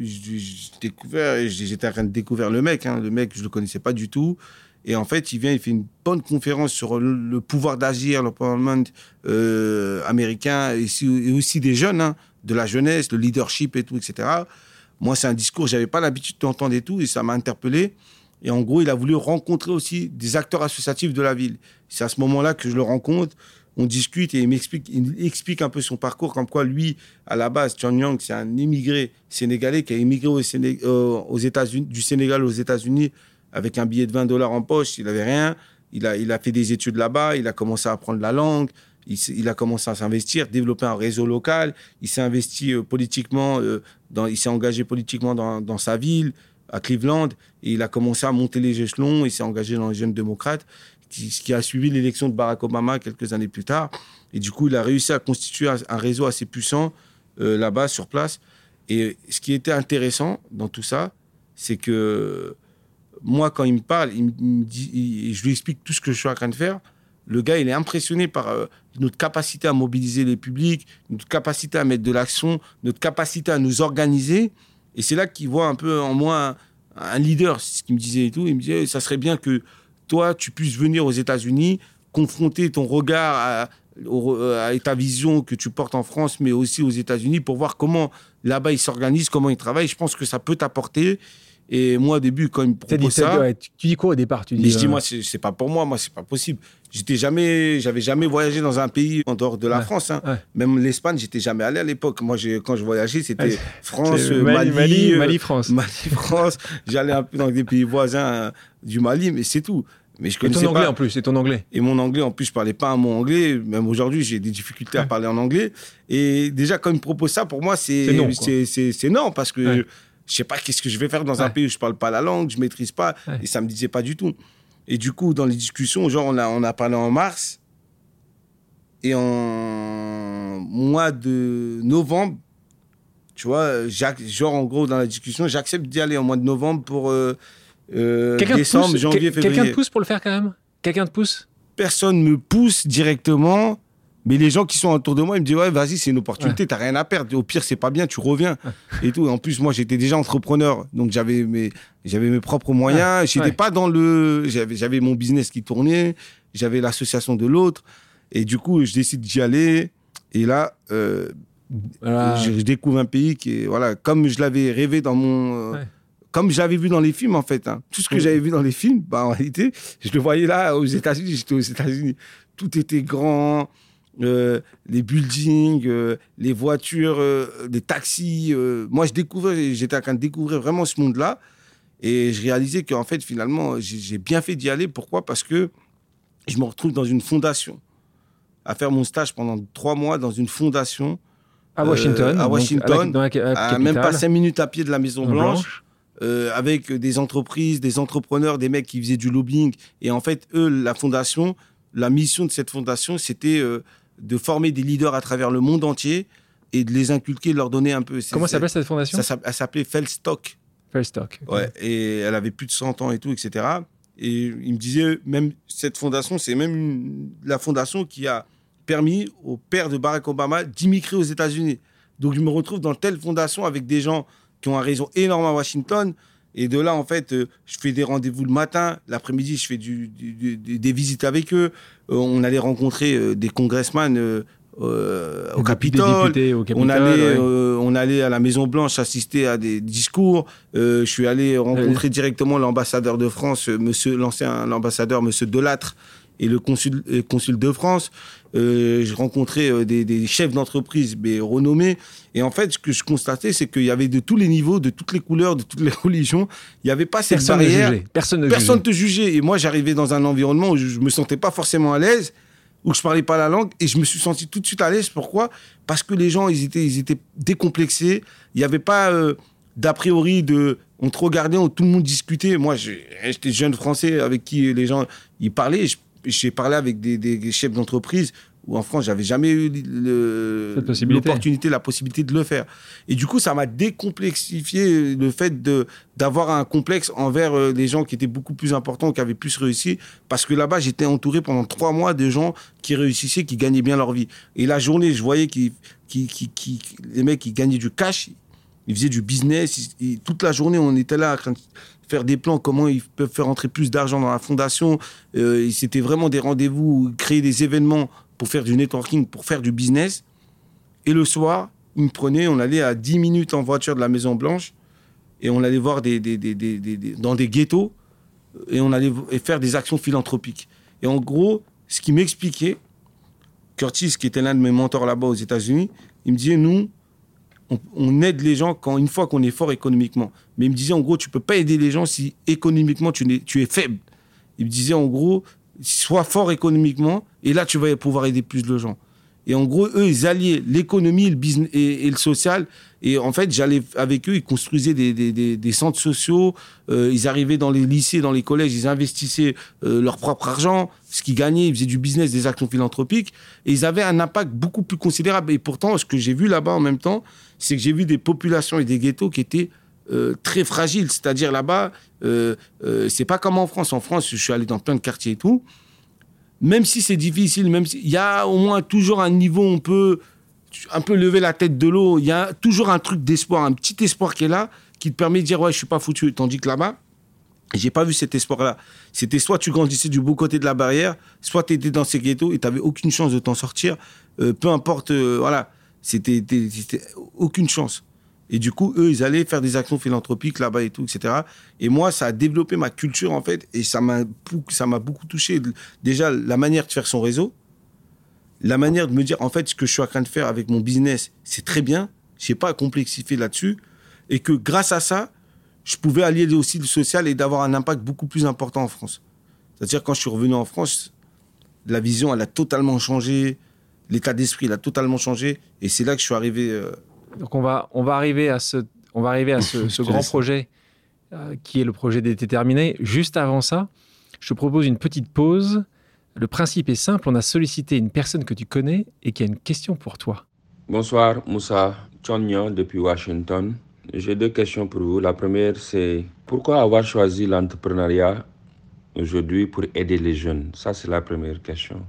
en train de découvrir le mec. Le mec, je ne le connaissais pas du tout. Et en fait, il fait une bonne conférence sur le pouvoir d'agir, l'empowerment américain, et aussi des jeunes, de la jeunesse, le leadership et tout, etc. Moi, c'est un discours, je n'avais pas l'habitude d'entendre et tout, et ça m'a interpellé. Et en gros, il a voulu rencontrer aussi des acteurs associatifs de la ville. C'est à ce moment-là que je le rencontre, on discute et il explique un peu son parcours, comme quoi lui, à la base, John Young, c'est un immigré sénégalais qui a immigré aux États-Unis, du Sénégal aux États-Unis, avec un billet de $20 en poche, il n'avait rien. Il a fait des études là-bas, il a commencé à apprendre la langue, il a commencé à s'investir, développer un réseau local, il s'est investi politiquement, il s'est engagé politiquement dans sa ville, à Cleveland, et il a commencé à monter les échelons, il s'est engagé dans les Jeunes démocrates, qui a suivi l'élection de Barack Obama quelques années plus tard. Et du coup, il a réussi à constituer un réseau assez puissant là-bas, sur place. Et ce qui était intéressant dans tout ça, c'est que moi, quand il me parle, il me dit, je lui explique tout ce que je suis en train de faire. Le gars, il est impressionné par notre capacité à mobiliser les publics, notre capacité à mettre de l'action, notre capacité à nous organiser. Et c'est là qu'il voit un peu en moi un leader, c'est ce qu'il me disait et tout. Il me disait, ça serait bien que toi, tu puisses venir aux États-Unis, confronter ton regard à ta vision que tu portes en France, mais aussi aux États-Unis, pour voir comment là-bas ils s'organisent, comment ils travaillent. Je pense que ça peut t'apporter. Et moi, au début, quand il me propose ça... Ouais, tu dis quoi au départ? Mais je dis, moi, c'est pas pour moi, c'est pas possible. J'avais jamais voyagé dans un pays en dehors de la France. Ouais. Même l'Espagne, j'étais jamais allé à l'époque. Moi, quand je voyageais, c'était France, Mali, France. Mali, France. J'allais un peu dans des pays voisins du Mali, mais c'est tout. Mais je connaissais et ton anglais en plus, et ton anglais. Et mon anglais, en plus, je parlais pas un mot anglais. Même aujourd'hui, j'ai des difficultés à parler en anglais. Et déjà, quand il me propose ça, pour moi, c'est non, parce que... Je sais pas qu'est-ce que je vais faire dans un pays où je parle pas la langue, je maîtrise pas, et ça me disait pas du tout. Et du coup, dans les discussions, genre on a parlé en mars, et en mois de novembre, tu vois, genre en gros dans la discussion, j'accepte d'y aller en mois de novembre pour décembre, janvier, février. Quelqu'un te pousse pour le faire quand même? Quelqu'un te pousse? Personne me pousse directement. Mais les gens qui sont autour de moi, ils me disent, ouais, vas-y, c'est une opportunité, t'as rien à perdre. Au pire, c'est pas bien, tu reviens. Et tout. Et en plus, moi, j'étais déjà entrepreneur. Donc, j'avais mes propres moyens. J'étais pas dans j'avais mon business qui tournait. J'avais l'association de l'autre. Et du coup, je décide d'y aller. Et là, je découvre un pays qui est, voilà, comme je l'avais rêvé dans mon... Comme je l'avais vu dans les films, en fait. Tout ce que j'avais vu dans les films, en réalité, je le voyais là, aux États-Unis. J'étais aux États-Unis. Tout était grand. Les buildings, les voitures, les taxis. Moi, j'étais en train de découvrir vraiment ce monde-là. Et je réalisais qu'en fait, finalement, j'ai bien fait d'y aller. Pourquoi ? Parce que je me retrouve dans une fondation, à faire mon stage pendant 3 mois dans une fondation. À Washington. À même pas 5 minutes à pied de la Maison-Blanche. Avec des entreprises, des entrepreneurs, des mecs qui faisaient du lobbying. Et en fait, eux, la mission de cette fondation, c'était de former des leaders à travers le monde entier et de les inculquer, de leur donner un peu... Comment s'appelle cette fondation ? Elle s'appelait Felstock. Felstock. Okay. Ouais, et elle avait plus de 100 ans et tout, etc. Et il me disait, même cette fondation, c'est même la fondation qui a permis au père de Barack Obama d'immigrer aux États-Unis. Donc, je me retrouve dans telle fondation avec des gens qui ont un réseau énorme à Washington. Et de là, en fait, je fais des rendez-vous le matin. L'après-midi, je fais des visites avec eux. On allait rencontrer des congressmen au Capitole. Des députés au Capitole. On allait à la Maison-Blanche assister à des discours. Je suis allé rencontrer directement l'ambassadeur de France, l'ancien ambassadeur, monsieur Delattre, et le consul de France. J'ai rencontré des chefs d'entreprise renommés. Et en fait, ce que je constatais, c'est qu'il y avait de tous les niveaux, de toutes les couleurs, de toutes les religions. Il n'y avait pas cette barrière. Personne ne te jugeait. Et moi, j'arrivais dans un environnement où je ne me sentais pas forcément à l'aise, où je ne parlais pas la langue. Et je me suis senti tout de suite à l'aise. Pourquoi ? Parce que les gens, ils étaient décomplexés. Il n'y avait pas d'a priori on te regardait, tout le monde discutait. Moi, j'étais jeune Français avec qui les gens ils parlaient. J'ai parlé avec des chefs d'entreprise où en France, j'avais jamais eu l'opportunité, la possibilité de le faire. Et du coup, ça m'a décomplexifié le fait d'avoir un complexe envers les gens qui étaient beaucoup plus importants, qui avaient plus réussi. Parce que là-bas, j'étais entouré pendant 3 mois de gens qui réussissaient, qui gagnaient bien leur vie. Et la journée, je voyais les mecs qui gagnaient du cash, ils faisaient du business. Toute la journée, on était là en train de faire des plans, comment ils peuvent faire entrer plus d'argent dans la fondation. C'était vraiment des rendez-vous, créer des événements pour faire du networking, pour faire du business. Et le soir, ils me prenaient, on allait à 10 minutes en voiture de la Maison-Blanche et on allait voir dans des ghettos et on allait faire des actions philanthropiques. Et en gros, ce qui m'expliquait, Curtis, qui était l'un de mes mentors là-bas aux États-Unis, il me disait, nous, on aide les gens une fois qu'on est fort économiquement. Mais il me disait, en gros, tu ne peux pas aider les gens si économiquement tu es faible. Il me disait, en gros, sois fort économiquement et là, tu vas pouvoir aider plus de gens. Et en gros, eux, ils alliaient l'économie, le business et le social. Et en fait, j'allais avec eux, ils construisaient des centres sociaux. Ils arrivaient dans les lycées, dans les collèges, ils investissaient leur propre argent. Ce qu'ils gagnaient, ils faisaient du business, des actions philanthropiques. Et ils avaient un impact beaucoup plus considérable. Et pourtant, ce que j'ai vu là-bas en même temps, c'est que j'ai vu des populations et des ghettos qui étaient très fragiles. C'est-à-dire là-bas, c'est pas comme en France. En France, je suis allé dans plein de quartiers et tout. Même si c'est difficile, même s'il y a au moins toujours un niveau où on peut un peu lever la tête de l'eau, il y a toujours un truc d'espoir, un petit espoir qui est là, qui te permet de dire « ouais, je suis pas foutu ». Tandis que là-bas, j'ai pas vu cet espoir-là. C'était soit tu grandissais du beau côté de la barrière, soit tu étais dans ces ghettos et tu n'avais aucune chance de t'en sortir. Peu importe, voilà, c'était aucune chance. Et du coup, eux, ils allaient faire des actions philanthropiques là-bas et tout, etc. Et moi, ça a développé ma culture, en fait, et ça m'a beaucoup touché. Déjà, la manière de faire son réseau, la manière de me dire, en fait, ce que je suis en train de faire avec mon business, c'est très bien, je n'ai pas à complexifier là-dessus, et que grâce à ça, je pouvais allier aussi le social et d'avoir un impact beaucoup plus important en France. C'est-à-dire, quand je suis revenu en France, la vision, elle a totalement changé, l'état d'esprit, il a totalement changé, et c'est là que je suis arrivé... Donc on va arriver à ce grand projet qui est le projet d'été terminé. Juste avant ça, je te propose une petite pause. Le principe est simple, on a sollicité une personne que tu connais et qui a une question pour toi. Bonsoir, Moussa Chonyo depuis Washington. J'ai 2 questions pour vous. La première, c'est pourquoi avoir choisi l'entrepreneuriat aujourd'hui pour aider les jeunes? Ça, c'est la première question.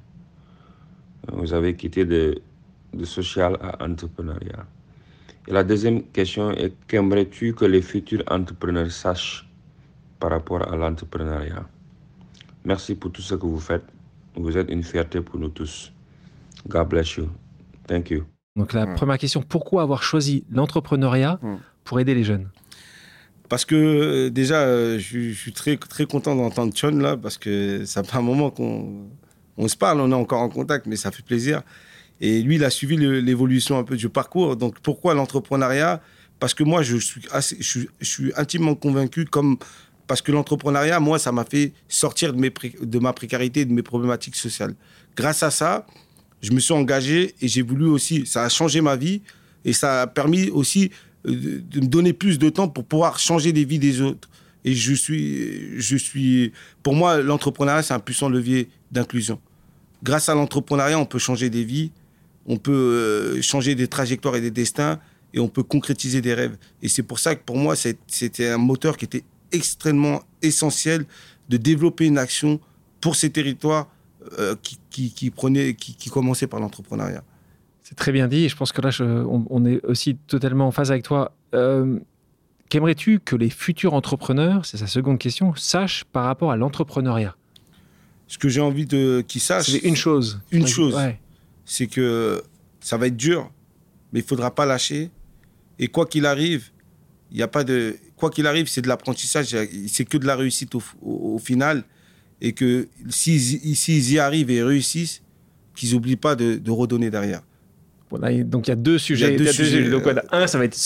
Vous avez quitté de social à entrepreneuriat. Et la deuxième question est qu'aimerais-tu que les futurs entrepreneurs sachent par rapport à l'entrepreneuriat? Merci pour tout ce que vous faites. Vous êtes une fierté pour nous tous. God bless you. Thank you. Donc la première question, pourquoi avoir choisi l'entrepreneuriat pour aider les jeunes? Parce que déjà, je suis très, très content d'entendre Chon là, parce que ça fait un moment qu'on se parle, on est encore en contact, mais ça fait plaisir. Et lui, il a suivi l'évolution un peu du parcours. Donc, pourquoi l'entrepreneuriat? Parce que moi, je suis intimement convaincu, parce que l'entrepreneuriat, moi, ça m'a fait sortir de ma précarité, de mes problématiques sociales. Grâce à ça, je me suis engagé et j'ai voulu aussi, ça a changé ma vie et ça a permis aussi de me donner plus de temps pour pouvoir changer les vies des autres. Et pour moi, l'entrepreneuriat, c'est un puissant levier d'inclusion. Grâce à l'entrepreneuriat, on peut changer des vies. On peut changer des trajectoires et des destins et on peut concrétiser des rêves. Et c'est pour ça que pour moi, c'était un moteur qui était extrêmement essentiel de développer une action pour ces territoires qui commençaient par l'entrepreneuriat. C'est très bien dit et je pense que là, on est aussi totalement en phase avec toi. qu'aimerais-tu que les futurs entrepreneurs, c'est sa seconde question, sachent par rapport à l'entrepreneuriat? Ce que j'ai envie qu'ils sachent... C'est une chose. Ouais. C'est que ça va être dur, mais il ne faudra pas lâcher. Et quoi qu'il arrive, il n'y a pas de... Quoi qu'il arrive, c'est de l'apprentissage, c'est que de la réussite au final. Et que s'ils y arrivent et réussissent, qu'ils n'oublient pas de redonner derrière. Voilà, donc il y a deux sujets. Donc, un, ça va être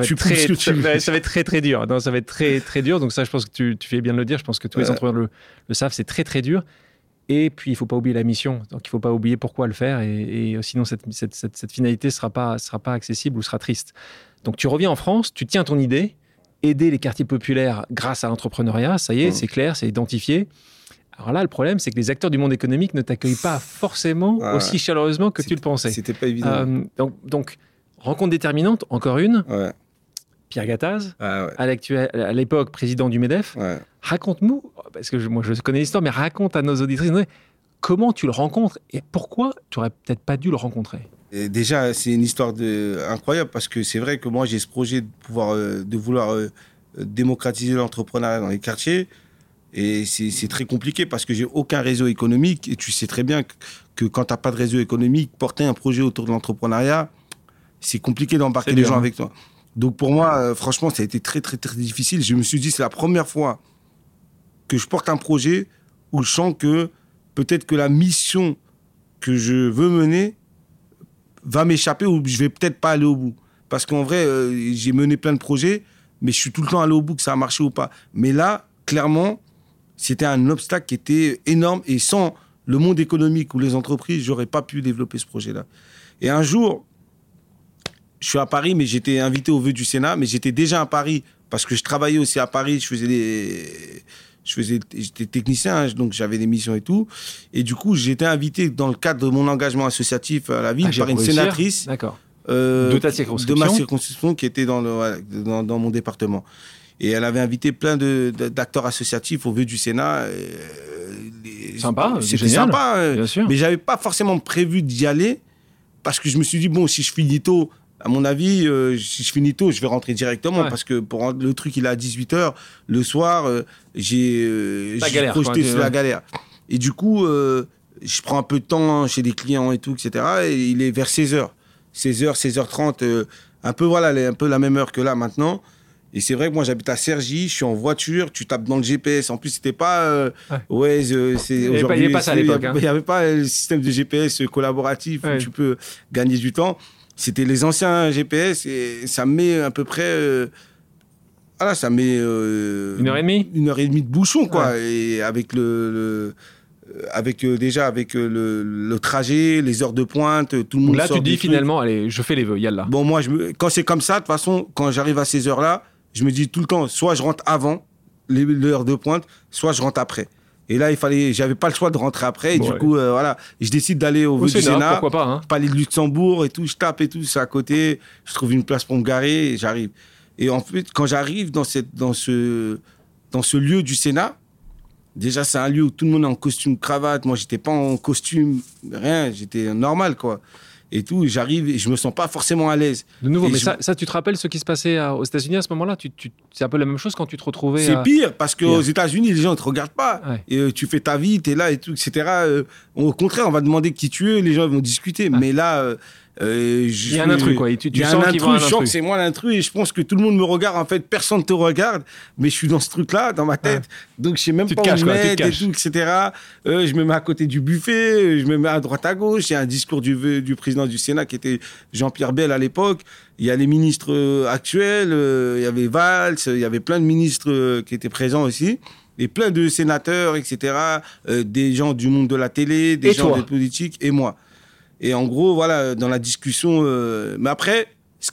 très très dur. Non, ça va être très très dur. Donc ça, je pense que tu fais bien de le dire. Je pense que tous les entrepreneurs le savent. C'est très très dur. Et puis il faut pas oublier la mission. Donc il faut pas oublier pourquoi le faire. Et sinon cette finalité sera pas accessible ou sera triste. Donc tu reviens en France, tu tiens ton idée, aider les quartiers populaires grâce à l'entrepreneuriat. Ça y est, c'est clair, c'est identifié. Alors là, le problème, c'est que les acteurs du monde économique ne t'accueillent pas forcément aussi chaleureusement que tu le pensais. C'était pas évident. Donc, rencontre déterminante, encore une. Ouais. Pierre Gattaz, à l'époque président du MEDEF. Ouais. Raconte-nous, parce que moi je connais l'histoire, mais raconte à nos auditrices comment tu le rencontres et pourquoi tu n'aurais peut-être pas dû le rencontrer. Et déjà, c'est une histoire incroyable parce que c'est vrai que moi j'ai ce projet de vouloir démocratiser l'entrepreneuriat dans les quartiers. Et c'est très compliqué parce que j'ai aucun réseau économique. Et tu sais très bien que quand tu n'as pas de réseau économique, porter un projet autour de l'entrepreneuriat, c'est compliqué d'embarquer les gens avec toi. Donc pour moi, franchement, ça a été très, très, très difficile. Je me suis dit, c'est la première fois que je porte un projet où je sens que peut-être que la mission que je veux mener va m'échapper ou je vais peut-être pas aller au bout. Parce qu'en vrai, j'ai mené plein de projets, mais je suis tout le temps allé au bout, que ça a marché ou pas. Mais là, clairement, c'était un obstacle qui était énorme et sans le monde économique ou les entreprises, j'aurais pas pu développer ce projet-là. Et un jour, je suis à Paris, mais j'étais invité aux vœux du Sénat, mais j'étais déjà à Paris parce que je travaillais aussi à Paris, j'étais technicien, hein, donc j'avais des missions et tout. Et du coup, j'étais invité dans le cadre de mon engagement associatif à la ville par une sénatrice de ma circonscription qui était dans mon département. Et elle avait invité plein d'acteurs associatifs aux vœux du Sénat. Sympa, c'était sympa. Bien sûr. Mais j'avais pas forcément prévu d'y aller parce que je me suis dit, bon, si je finis tôt, à mon avis, si je finis tôt, je vais rentrer directement parce que le truc, il est à 18h. Le soir, j'ai projeté sur la galère. Et du coup, je prends un peu de temps chez des clients et tout, etc. Et il est vers 16h. 16h30, un peu la même heure que là maintenant. Et c'est vrai que moi, j'habite à Cergy, je suis en voiture, tu tapes dans le GPS. En plus, c'était pas... il n'y avait pas ça à l'époque. Il n'y avait pas le système de GPS collaboratif où tu peux gagner du temps. C'était les anciens GPS et ça met à peu près... ça met... 1h30 1h30 de bouchon, quoi. Ouais. Et avec avec le trajet, les heures de pointe, tout le monde là, sort tu dis finalement, allez, je fais les vœux, yallah. Bon, moi, quand c'est comme ça, de toute façon, quand j'arrive à ces heures-là, je me dis tout le temps, soit je rentre avant l'heure de pointe, soit je rentre après. Et là, j'avais pas le choix de rentrer après. Et du coup, je décide d'aller au vœu du Sénat, pourquoi pas, hein. Palais de Luxembourg et tout. Je tape et tout, c'est à côté. Je trouve une place pour me garer et j'arrive. Et en fait, quand j'arrive dans ce lieu du Sénat, déjà, c'est un lieu où tout le monde est en costume, cravate. Moi, j'étais pas en costume, rien. J'étais normal, quoi. Et tout, j'arrive et je me sens pas forcément à l'aise. De nouveau, mais ça, tu te rappelles ce qui se passait aux États-Unis à ce moment-là? C'est un peu la même chose quand tu te retrouvais. C'est pire, parce qu'aux États-Unis, les gens ne te regardent pas. Ouais. Et tu fais ta vie, tu es là et tout, etc. Au contraire, on va demander qui tu es, les gens vont discuter. Ouais. Mais là. Il y a un intrus, quoi. Tu sens qu'il va un intrus. Je sens que c'est moi l'intrus et je pense que tout le monde me regarde. En fait, personne ne te regarde, mais je suis dans ce truc-là, dans ma tête. Ouais. Donc, je sais même pas où me mettre et tout, etc. Je me mets à côté du buffet, je me mets à droite à gauche. Il y a un discours du président du Sénat qui était Jean-Pierre Bel à l'époque. Il y a les ministres actuels, il y avait Valls, il y avait plein de ministres qui étaient présents aussi. Et plein de sénateurs, etc. Des gens du monde de la télé, des gens des politiques et moi. Et en gros, voilà, dans la discussion... Mais après, ce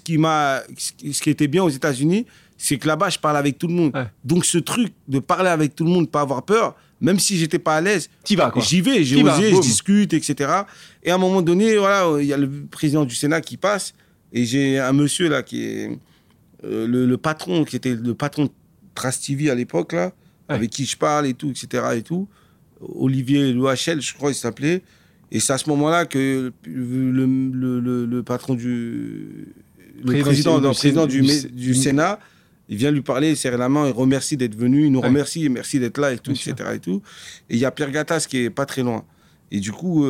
qui était bien aux États-Unis, c'est que là-bas, je parle avec tout le monde. Ouais. Donc, ce truc de parler avec tout le monde, pas avoir peur, même si j'étais pas à l'aise, t'y vas, quoi. J'y vais, j'ai osé, je discute, etc. Et à un moment donné, voilà, il y a le président du Sénat qui passe, et j'ai un monsieur là qui est le patron, qui était le patron de Trace TV à l'époque, là, avec qui je parle et tout, etc. et tout. Olivier Louachel, je crois qu'il s'appelait. Et c'est à ce moment-là que le patron le président du Sénat il vient lui parler, il serre la main, il remercie d'être venu, il nous remercie, et merci d'être là, et tout, Bien etc. Et tout. Et il y a Pierre Gattaz qui est pas très loin. Et du coup,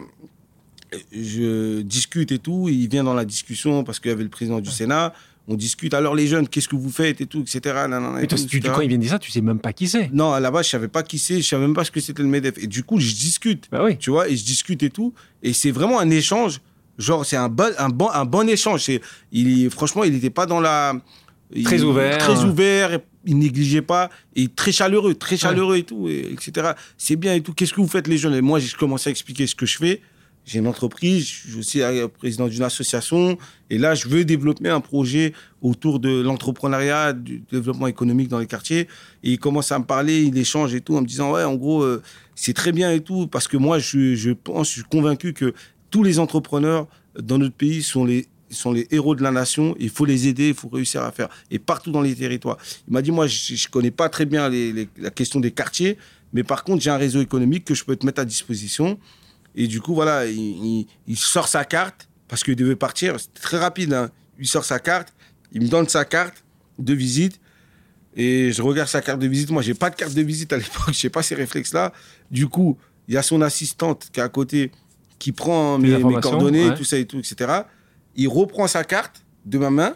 je discute et tout, et il vient dans la discussion parce qu'il y avait le président du Sénat. On discute, alors les jeunes, qu'est-ce que vous faites et tout, etc. Mais toi, quand il vient de dire ça, tu sais même pas qui c'est. Non, à la base, je savais pas qui c'est, je savais même pas ce que c'était le MEDEF. Et du coup, je discute, tu vois, et je discute et tout. Et c'est vraiment un échange, genre, c'est un bon échange. Franchement, il n'était pas dans la... Très ouvert, il négligeait pas, et très chaleureux et tout, etc. C'est bien et tout. Qu'est-ce que vous faites, les jeunes? Et moi, j'ai commencé à expliquer ce que je fais. J'ai une entreprise, je suis aussi président d'une association, et là, je veux développer un projet autour de l'entrepreneuriat, du développement économique dans les quartiers. Et il commence à me parler, il échange et tout, en me disant, ouais, en gros, c'est très bien et tout, parce que moi, je suis convaincu que tous les entrepreneurs dans notre pays sont les héros de la nation. Il faut les aider, il faut réussir à faire. Et partout dans les territoires. Il m'a dit, moi, je ne connais pas très bien la question des quartiers, mais par contre, j'ai un réseau économique que je peux te mettre à disposition. Et du coup, voilà, il sort sa carte, parce qu'il devait partir. C'était très rapide, hein. Il sort sa carte, il me donne sa carte de visite. Et je regarde sa carte de visite. Moi, je n'ai pas de carte de visite à l'époque. Je n'ai pas ces réflexes-là. Du coup, il y a son assistante qui est à côté, qui prend mes coordonnées, tout ça et tout, etc. Il reprend sa carte de ma main.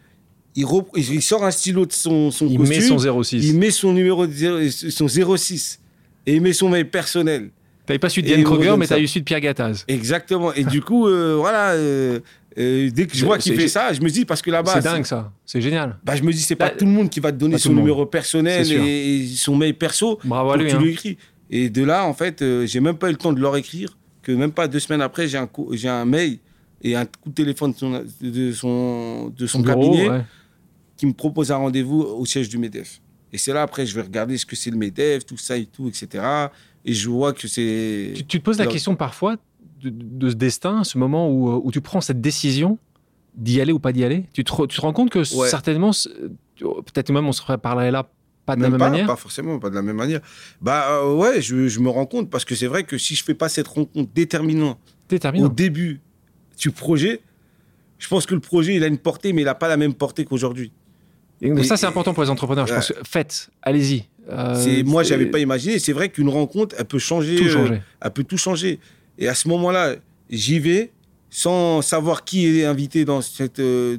Il sort un stylo de son costume. Il met son 06. Il met son numéro, son 06. Et il met son mail personnel. Tu n'avais pas su de Diane Kruger, mais tu as eu su de Pierre Gattaz. Exactement. Et du coup, voilà, dès que je vois qu'il fait ça, je me dis, parce que là-bas... C'est dingue, ça. C'est génial. Bah, je me dis, c'est pas tout le monde qui va te donner son numéro personnel et son mail perso. Bravo à lui. Tu lui écris. Et de là, en fait, j'ai même pas eu le temps de leur écrire, que même pas 2 semaines après, j'ai un mail et un coup de téléphone de son bureau, cabinet qui me propose un rendez-vous au siège du MEDEF. Et c'est là, après, je vais regarder ce que c'est le MEDEF, tout ça et tout, etc. Et je vois que c'est... Tu te poses la question parfois de ce destin, ce moment où tu prends cette décision d'y aller ou pas d'y aller. Tu te rends compte que certainement, peut-être même on se parlerait là pas de la même manière. Pas forcément, pas de la même manière. Bah ouais, je me rends compte, parce que c'est vrai que si je fais pas cette rencontre déterminante au début du projet, je pense que le projet, il a une portée, mais il n'a pas la même portée qu'aujourd'hui. Et ça, c'est important pour les entrepreneurs. Je pense, faites, allez-y. Moi, je n'avais pas imaginé. C'est vrai qu'une rencontre, elle peut changer. Tout changer. Elle peut tout changer. Et à ce moment-là, j'y vais sans savoir qui est invité dans cet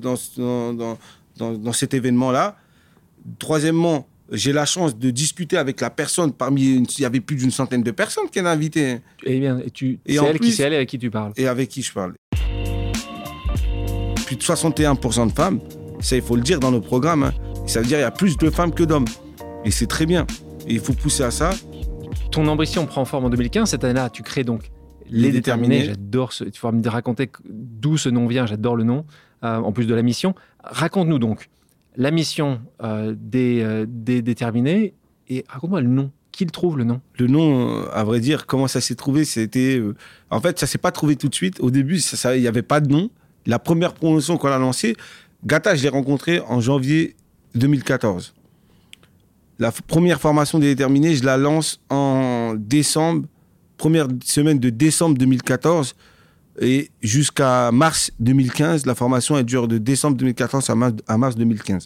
événement-là. Troisièmement, j'ai la chance de discuter avec la personne il y avait plus d'une centaine de personnes qui étaient invitées. Et bien, c'est elle avec qui tu parles. Et avec qui je parle. Plus de 61% de femmes. Ça, il faut le dire dans nos programmes. Hein. Ça veut dire qu'il y a plus de femmes que d'hommes. Et c'est très bien. Et il faut pousser à ça. Ton ambition prend forme en 2015. Cette année-là, tu crées donc Les Déterminés. J'adore tu vas me raconter d'où ce nom vient. J'adore le nom, en plus de la mission. Raconte-nous donc la mission des Déterminés. Et raconte-moi le nom. Qui le trouve, le nom? Le nom, à vrai dire, comment ça s'est trouvé, c'était... En fait, ça ne s'est pas trouvé tout de suite. Au début, il n'y avait pas de nom. La première promotion qu'on a lancée, Gattaz, je l'ai rencontré en janvier 2014. La première formation des Déterminés, je la lance en décembre, première semaine de décembre 2014, et jusqu'à mars 2015. La formation, elle dure de décembre 2014 à mars 2015.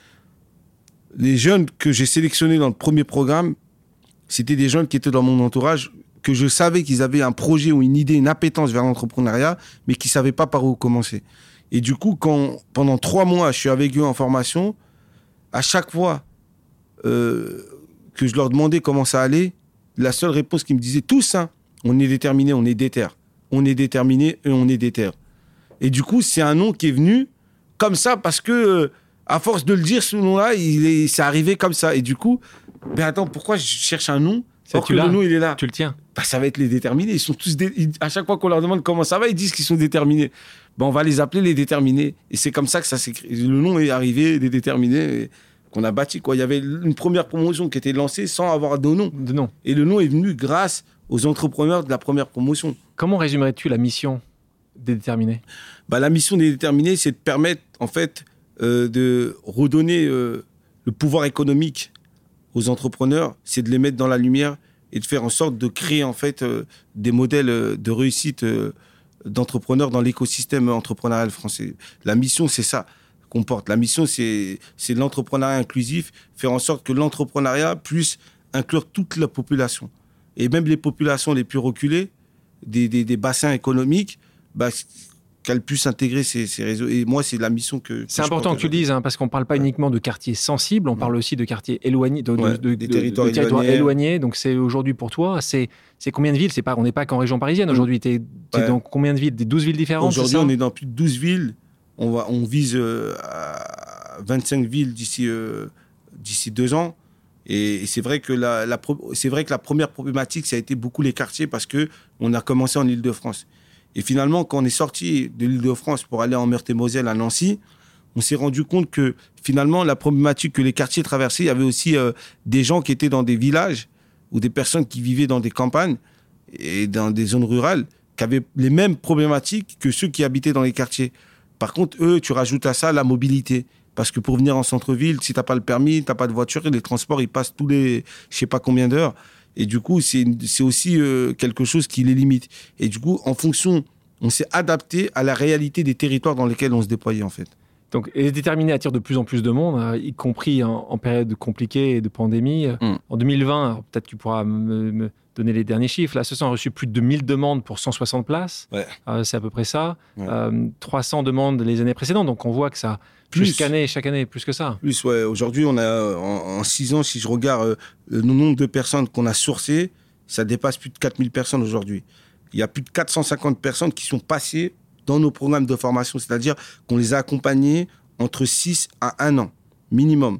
Les jeunes que j'ai sélectionnés dans le premier programme, c'était des jeunes qui étaient dans mon entourage, que je savais qu'ils avaient un projet ou une idée, une appétence vers l'entrepreneuriat, mais qui ne savaient pas par où commencer. Et du coup, quand pendant 3 mois, je suis avec eux en formation, à chaque fois que je leur demandais comment ça allait, la seule réponse qu'ils me disaient, tous, hein, on est déterminés, on est déter. On est déterminés et on est déter. Et du coup, c'est un nom qui est venu comme ça parce que, à force de le dire, ce nom-là, c'est arrivé comme ça. Et du coup, attends, pourquoi je cherche un nom alors que le nom, il est là? Tu le tiens. Ça va être les Déterminés. Ils sont tous à chaque fois qu'on leur demande comment ça va, ils disent qu'ils sont déterminés. On va les appeler les Déterminés. Et c'est comme ça que ça s'écrit. Le nom est arrivé, les Déterminés, qu'on a bâti. Il y avait une première promotion qui était lancée sans avoir de nom. Et le nom est venu grâce aux entrepreneurs de la première promotion. Comment résumerais-tu la mission des Déterminés? La mission des Déterminés, c'est de permettre, en fait, de redonner le pouvoir économique aux entrepreneurs, c'est de les mettre dans la lumière et de faire en sorte de créer, en fait, des modèles de réussite d'entrepreneurs dans l'écosystème entrepreneurial français. La mission, c'est ça. qu'on porte. La mission, c'est l'entrepreneuriat inclusif, faire en sorte que l'entrepreneuriat puisse inclure toute la population. Et même les populations les plus reculées, des bassins économiques, qu'elles puissent intégrer ces réseaux. Et moi, c'est la mission que c'est important que tu le dises, parce qu'on ne parle pas uniquement de quartiers sensibles, on parle aussi de quartiers éloignés, des territoires éloignés. Donc, c'est aujourd'hui pour toi, c'est combien de villes? On n'est pas qu'en région parisienne aujourd'hui. Tu es dans combien de villes? Des 12 villes différentes? Aujourd'hui, on est dans plus de 12 villes. On vise à 25 villes d'ici 2 ans. Et c'est vrai que la première problématique, ça a été beaucoup les quartiers parce qu'on a commencé en Île-de-France. Et finalement, quand on est sorti de l'Île-de-France pour aller en Meurthe-et-Moselle, à Nancy, on s'est rendu compte que finalement, la problématique que les quartiers traversaient, il y avait aussi des gens qui étaient dans des villages ou des personnes qui vivaient dans des campagnes et dans des zones rurales qui avaient les mêmes problématiques que ceux qui habitaient dans les quartiers. Par contre, eux, tu rajoutes à ça la mobilité. Parce que pour venir en centre-ville, si tu n'as pas le permis, tu n'as pas de voiture, les transports, ils passent tous les je ne sais pas combien d'heures. Et du coup, c'est aussi quelque chose qui les limite. Et du coup, en fonction, on s'est adapté à la réalité des territoires dans lesquels on se déployait, en fait. Donc, et déterminé attire de plus en plus de monde, y compris en période compliquée de pandémie. En 2020, alors peut-être tu pourras me donner les derniers chiffres. L'association a reçu plus de 1000 demandes pour 160 places. Ouais. C'est à peu près ça. Ouais. 300 demandes les années précédentes. Donc, on voit que ça... Chaque année, plus que ça. Plus, ouais. Aujourd'hui, on a, en 6 ans, si je regarde le nombre de personnes qu'on a sourcées, ça dépasse plus de 4000 personnes aujourd'hui. Il y a plus de 450 personnes qui sont passées dans nos programmes de formation, c'est-à-dire qu'on les a accompagnés entre 6 à 1 an, minimum.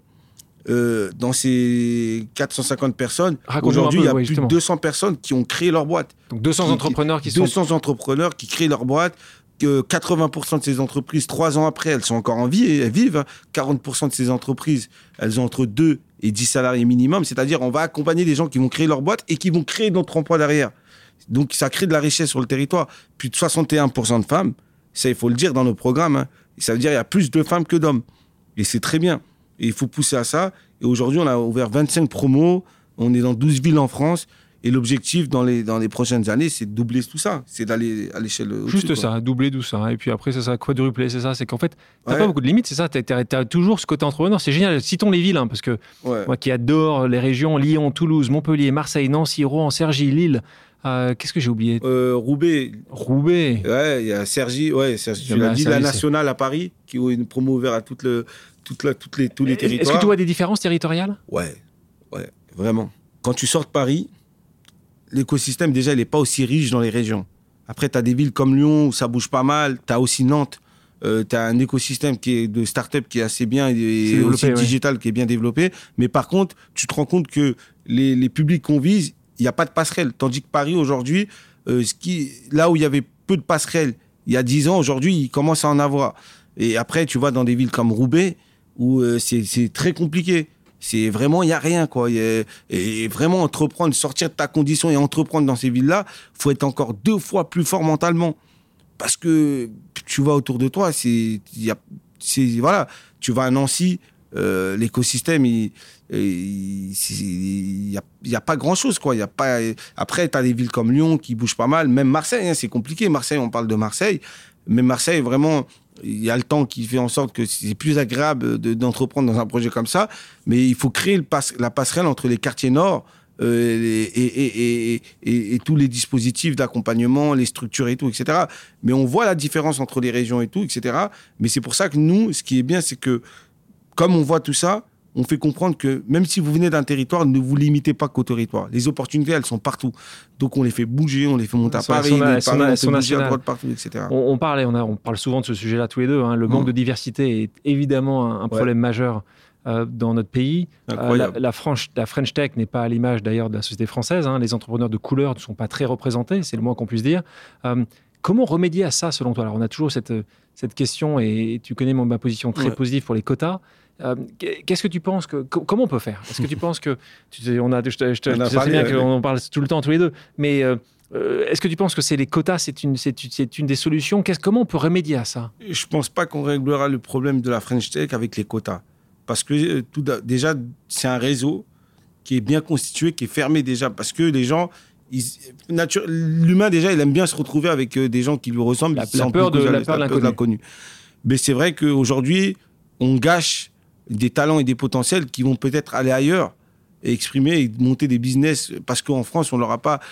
Dans ces 450 personnes, aujourd'hui, il y a plus de 200 personnes qui ont créé leur boîte. Donc 200 entrepreneurs entrepreneurs qui créent leur boîte. 80% de ces entreprises, 3 ans après, elles sont encore en vie et elles vivent. 40% de ces entreprises, elles ont entre 2 et 10 salariés minimum. C'est-à-dire, on va accompagner des gens qui vont créer leur boîte et qui vont créer notre emploi derrière. Donc, ça crée de la richesse sur le territoire. Plus de 61% de femmes, ça, il faut le dire dans nos programmes. Ça veut dire qu'il y a plus de femmes que d'hommes. Et c'est très bien. Et il faut pousser à ça. Et aujourd'hui, on a ouvert 25 promos. On est dans 12 villes en France. Et l'objectif dans les prochaines années, c'est de doubler tout ça. C'est d'aller à l'échelle juste au-dessus, ça, doubler tout ça. Et puis après, ça sera quadrupler, c'est ça. C'est qu'en fait, t'as pas beaucoup de limites, c'est ça. T'as toujours ce côté entrepreneur. C'est génial. Citons les villes, parce que moi qui adore les régions, Lyon, Toulouse, Montpellier, Marseille, Nancy, Rouen, Cergy, Lille. Qu'est-ce que j'ai oublié? Roubaix. Ouais, il y a Cergy. Ouais, Cergy. Tu l'as dit, la Nationale à Paris, qui est une promo ouverte à tous les territoires. Est-ce que tu vois des différences territoriales? Ouais, vraiment. Quand tu sors de Paris, l'écosystème, déjà, il n'est pas aussi riche dans les régions. Après, tu as des villes comme Lyon où ça bouge pas mal. Tu as aussi Nantes. Tu as un écosystème de start-up qui est assez bien et aussi digital qui est bien développé. Mais par contre, tu te rends compte que les publics qu'on vise, il n'y a pas de passerelle. Tandis que Paris, aujourd'hui, là où il y avait peu de passerelles il y a 10 ans, aujourd'hui, il commence à en avoir. Et après, tu vas dans des villes comme Roubaix où c'est très compliqué. C'est vraiment, il n'y a rien, quoi. Et vraiment, entreprendre, sortir de ta condition et entreprendre dans ces villes-là, il faut être encore 2 fois plus fort mentalement. Parce que tu vas autour de toi, voilà, tu vas à Nancy, l'écosystème, il y a pas grand-chose, quoi. Après, tu as des villes comme Lyon qui bougent pas mal, même Marseille, c'est compliqué. Marseille, on parle de Marseille, mais Marseille, vraiment... Il y a le temps qui fait en sorte que c'est plus agréable d'entreprendre dans un projet comme ça, mais il faut créer la passerelle entre les quartiers nord et tous les dispositifs d'accompagnement, les structures et tout, etc. Mais on voit la différence entre les régions et tout, etc. Mais c'est pour ça que nous, ce qui est bien, c'est que comme on voit tout ça, on fait comprendre que même si vous venez d'un territoire, ne vous limitez pas qu'au territoire. Les opportunités, elles sont partout. Donc, on les fait bouger, on les fait monter à Paris, on fait bouger à droite partout, etc. On parle souvent de ce sujet-là tous les deux. Le manque de diversité est évidemment un problème majeur dans notre pays. La French Tech n'est pas à l'image d'ailleurs de la société française. Les entrepreneurs de couleur ne sont pas très représentés, c'est le moins qu'on puisse dire. Comment remédier à ça, selon toi? Alors, on a toujours cette question, et tu connais ma position très positive pour les quotas. Qu'est-ce que tu penses comment on peut faire? Est-ce que tu penses que je sais bien qu'on en parle tout le temps tous les deux, mais est-ce que tu penses que les quotas, c'est une des solutions? Comment on peut remédier à ça? Je pense pas qu'on réglera le problème de la French Tech avec les quotas, parce que déjà c'est un réseau qui est bien constitué, qui est fermé déjà, parce que les gens l'humain déjà il aime bien se retrouver avec des gens qui lui ressemblent, la peur de l'inconnu. Mais c'est vrai qu'aujourd'hui on gâche des talents et des potentiels qui vont peut-être aller ailleurs et exprimer et monter des business parce qu'en France, on va pas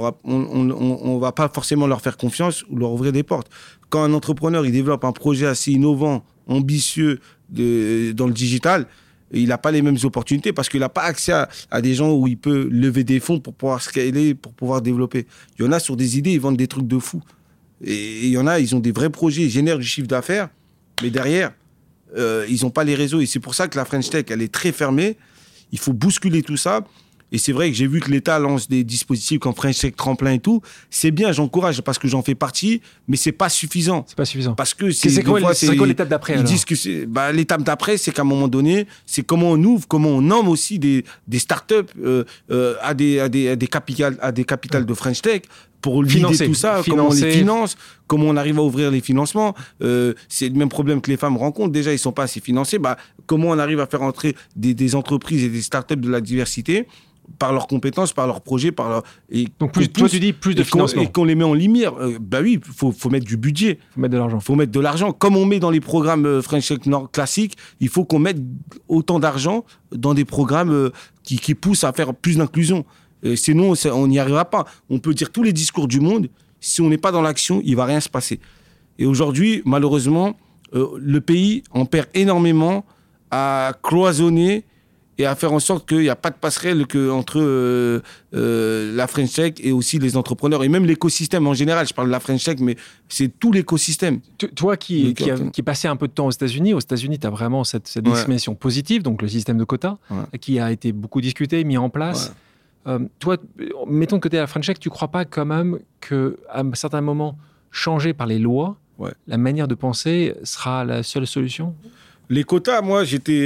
forcément leur faire confiance ou leur ouvrir des portes. Quand un entrepreneur, il développe un projet assez innovant, ambitieux dans le digital, il n'a pas les mêmes opportunités parce qu'il n'a pas accès à des gens où il peut lever des fonds pour pouvoir scaler, pour pouvoir développer. Il y en a sur des idées, ils vendent des trucs de fou. Et il y en a, ils ont des vrais projets, ils génèrent du chiffre d'affaires, mais derrière, ils n'ont pas les réseaux. Et c'est pour ça que la French Tech, elle est très fermée. Il faut bousculer tout ça. Et c'est vrai que j'ai vu que l'État lance des dispositifs comme French Tech Tremplin et tout. C'est bien, j'encourage parce que j'en fais partie, mais c'est pas suffisant. C'est pas suffisant. Parce que c'est quoi l'étape d'après Ils disent que l'étape d'après, c'est qu'à un moment donné, c'est comment on ouvre, comment on nomme aussi des startups à des capitales de French Tech pour lider tout ça, comment on les finance, comment on arrive à ouvrir les financements. C'est le même problème que les femmes rencontrent. Déjà, ils sont pas assez financés. Comment on arrive à faire entrer des entreprises et des startups de la diversité par leurs compétences, par leurs projets, Donc toi tu dis plus de financement. Et qu'on les met en lumière. Oui, faut mettre du budget. Faut mettre de l'argent. Faut mettre de l'argent. Comme on met dans les programmes French Tech classiques, il faut qu'on mette autant d'argent dans des programmes qui poussent à faire plus d'inclusion. Sinon, on n'y arrivera pas. On peut dire tous les discours du monde. Si on n'est pas dans l'action, il ne va rien se passer. Et aujourd'hui, malheureusement, le pays en perd énormément à cloisonner et à faire en sorte qu'il n'y a pas de passerelle entre la French Tech et aussi les entrepreneurs et même l'écosystème en général. Je parle de la French Tech, mais c'est tout l'écosystème. Toi qui est passé un peu de temps aux États-Unis, tu as vraiment cette discrimination positive, donc le système de quotas, qui a été beaucoup discuté, mis en place. Toi, mettons de côté la French Tech, tu ne crois pas quand même qu'à un certain moment, changé par les lois, la manière de penser sera la seule solution ? Les quotas, moi,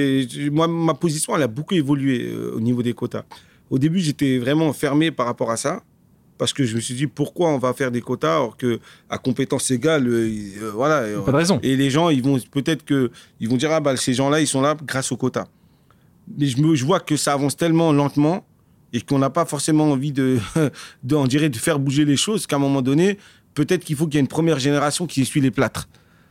ma position, elle a beaucoup évolué au niveau des quotas. Au début, j'étais vraiment fermé par rapport à ça, parce que je me suis dit, pourquoi on va faire des quotas alors qu'à compétences égales, voilà. Pas de raison. Et les gens, ils vont dire, ces gens-là, ils sont là grâce aux quotas. Mais je vois que ça avance tellement lentement et qu'on n'a pas forcément envie de faire bouger les choses, qu'à un moment donné, peut-être qu'il faut qu'il y ait une première génération qui essuie les plâtres.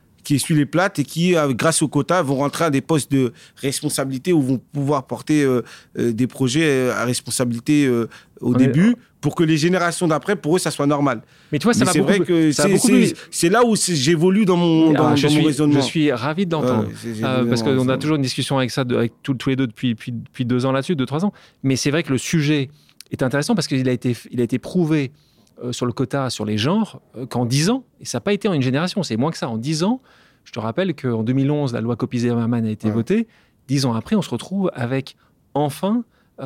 Et qui, grâce aux quotas, vont rentrer à des postes de responsabilité ou vont pouvoir porter des projets à responsabilité au début pour que les générations d'après, pour eux, ça soit normal. Mais toi, ça c'est vrai que c'est là où j'évolue dans mon raisonnement. Je suis ravi d'entendre parce qu'on a toujours une discussion avec tous les deux depuis 2 ans là-dessus, 2-3 ans. Mais c'est vrai que le sujet est intéressant parce qu'il a été prouvé sur le quota, sur les genres, qu'en 10 ans, et ça n'a pas été en une génération, c'est moins que ça, en 10 ans, je te rappelle qu'en 2011, la loi Copy-Zimmermann a été votée, 10 ans après, on se retrouve avec enfin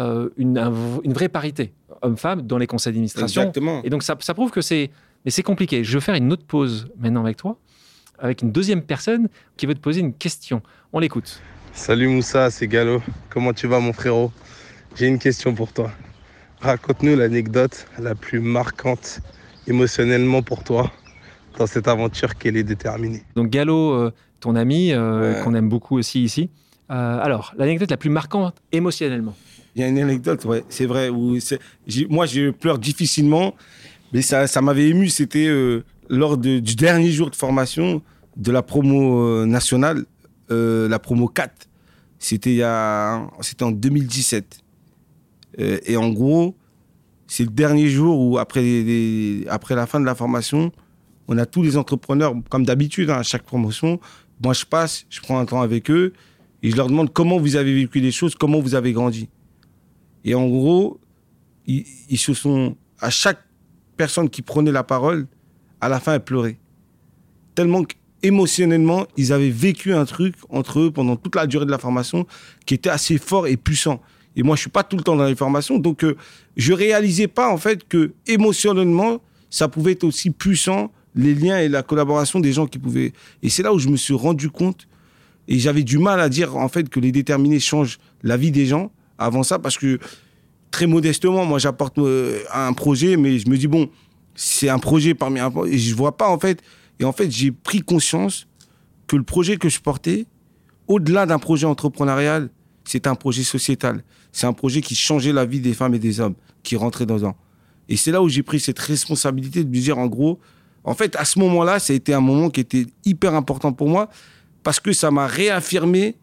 une vraie parité, hommes-femmes, dans les conseils d'administration. Exactement. Et donc ça prouve que c'est compliqué. Je vais faire une autre pause maintenant avec toi, avec une deuxième personne qui veut te poser une question. On l'écoute. Salut Moussa, c'est Gallo. Comment tu vas mon frérot ? J'ai une question pour toi. Raconte-nous l'anecdote la plus marquante émotionnellement pour toi dans cette aventure qu'elle est déterminée. Donc Gallo, ton ami, qu'on aime beaucoup aussi ici. Alors, l'anecdote la plus marquante émotionnellement. Il y a une anecdote, c'est vrai. Moi, je pleure difficilement, mais ça m'avait ému. C'était lors du dernier jour de formation de la promo nationale, la promo 4. C'était en 2017. Et en gros, c'est le dernier jour où, après la fin de la formation, on a tous les entrepreneurs, comme d'habitude, à chaque promotion. Moi, je passe, je prends un temps avec eux et je leur demande comment vous avez vécu les choses, comment vous avez grandi. Et en gros, ils se sont, à chaque personne qui prenait la parole, à la fin, elle pleurait. Tellement qu'émotionnellement, ils avaient vécu un truc entre eux pendant toute la durée de la formation qui était assez fort et puissant. Et moi, je suis pas tout le temps dans les formations, donc je réalisais pas en fait que émotionnellement, ça pouvait être aussi puissant, les liens et la collaboration des gens qui pouvaient. Et c'est là où je me suis rendu compte, et j'avais du mal à dire en fait que les déterminés changent la vie des gens avant ça, parce que très modestement, moi, j'apporte un projet, mais je me dis bon, c'est un projet parmi un, et je vois pas en fait. Et en fait, j'ai pris conscience que le projet que je portais, au-delà d'un projet entrepreneurial, c'est un projet sociétal. C'est un projet qui changeait la vie des femmes et des hommes qui rentraient dedans. Et c'est là où j'ai pris cette responsabilité de lui dire, en gros, en fait, à ce moment-là, ça a été un moment qui était hyper important pour moi parce que ça m'a réaffirmé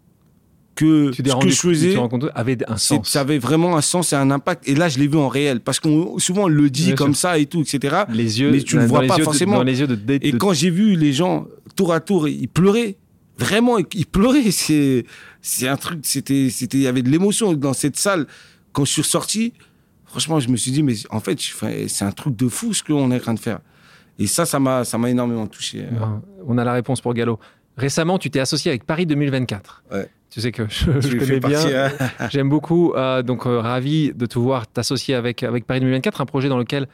que ce que je faisais avait un sens. Ça avait vraiment un sens et un impact. Et là, je l'ai vu en réel. Parce qu'on souvent, on le dit comme ça et tout, etc. Les yeux, mais tu ne le vois pas forcément. Dans les yeux et quand j'ai vu les gens, tour à tour, ils pleuraient. Vraiment, ils pleuraient. C'est un truc, il y avait de l'émotion dans cette salle. Quand je suis ressorti, franchement, je me suis dit, mais en fait, c'est un truc de fou ce qu'on est en train de faire. Et ça m'a énormément touché. On a la réponse pour Gallo. Récemment, tu t'es associé avec Paris 2024. Ouais. Tu sais que je connais bien. J'aime beaucoup. Donc, ravi de te voir t'associer avec Paris 2024, un projet dans lequel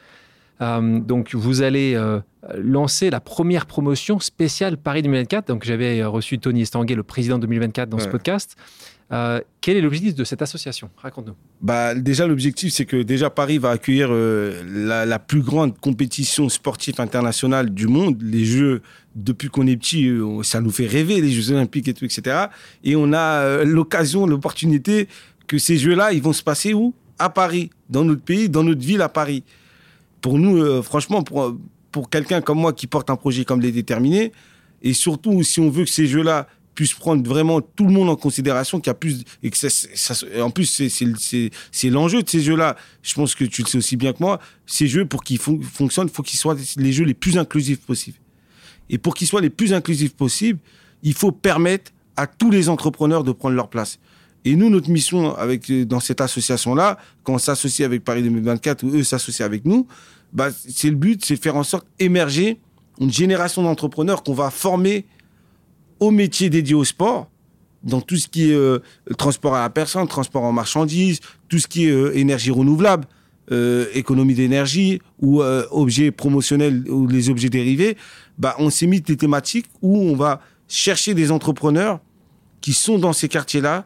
donc vous allez lancer la première promotion spéciale Paris 2024. Donc, j'avais reçu Tony Estanguet, le président 2024, dans ce podcast. Quel est l'objectif de cette association ? Raconte-nous. Déjà, l'objectif, c'est que déjà Paris va accueillir la plus grande compétition sportive internationale du monde. Les Jeux, depuis qu'on est petit, ça nous fait rêver, les Jeux Olympiques et tout, etc. Et on a l'opportunité que ces Jeux-là, ils vont se passer où ? À Paris, dans notre pays, dans notre ville, à Paris. Pour nous, franchement, pour quelqu'un comme moi qui porte un projet comme les Déterminés, et surtout, si on veut que ces Jeux-là puissent prendre vraiment tout le monde en considération, qu'il y a plus et que en plus c'est l'enjeu de ces jeux-là. Je pense que tu le sais aussi bien que moi. Ces jeux, pour qu'ils fonctionnent, il faut qu'ils soient les jeux les plus inclusifs possibles. Et pour qu'ils soient les plus inclusifs possibles, il faut permettre à tous les entrepreneurs de prendre leur place. Et nous, notre mission dans cette association-là, quand on s'associe avec Paris 2024 ou eux s'associent avec nous, c'est le but, c'est de faire en sorte d'émerger une génération d'entrepreneurs qu'on va former au métier dédié au sport, dans tout ce qui est transport à la personne, transport en marchandises, tout ce qui est énergie renouvelable, économie d'énergie ou objets promotionnels ou les objets dérivés. On s'est mis des thématiques où on va chercher des entrepreneurs qui sont dans ces quartiers-là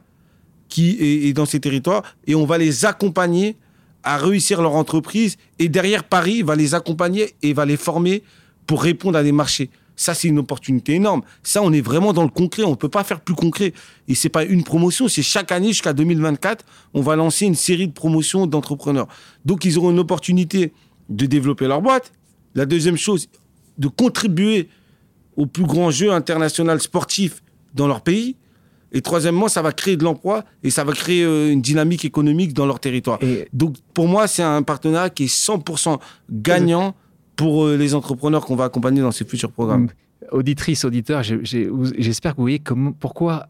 et dans ces territoires, et on va les accompagner à réussir leur entreprise. Et derrière, Paris va les accompagner et va les former pour répondre à des marchés. Ça, c'est une opportunité énorme. Ça, on est vraiment dans le concret. On ne peut pas faire plus concret. Et ce n'est pas une promotion. C'est chaque année, jusqu'à 2024, on va lancer une série de promotions d'entrepreneurs. Donc, ils auront une opportunité de développer leur boîte. La deuxième chose, de contribuer au plus grand jeu international sportif dans leur pays. Et troisièmement, ça va créer de l'emploi et ça va créer une dynamique économique dans leur territoire. Donc, pour moi, c'est un partenariat qui est 100% gagnant pour les entrepreneurs qu'on va accompagner dans ces futurs programmes. Auditrices, auditeurs, j'espère que vous voyez pourquoi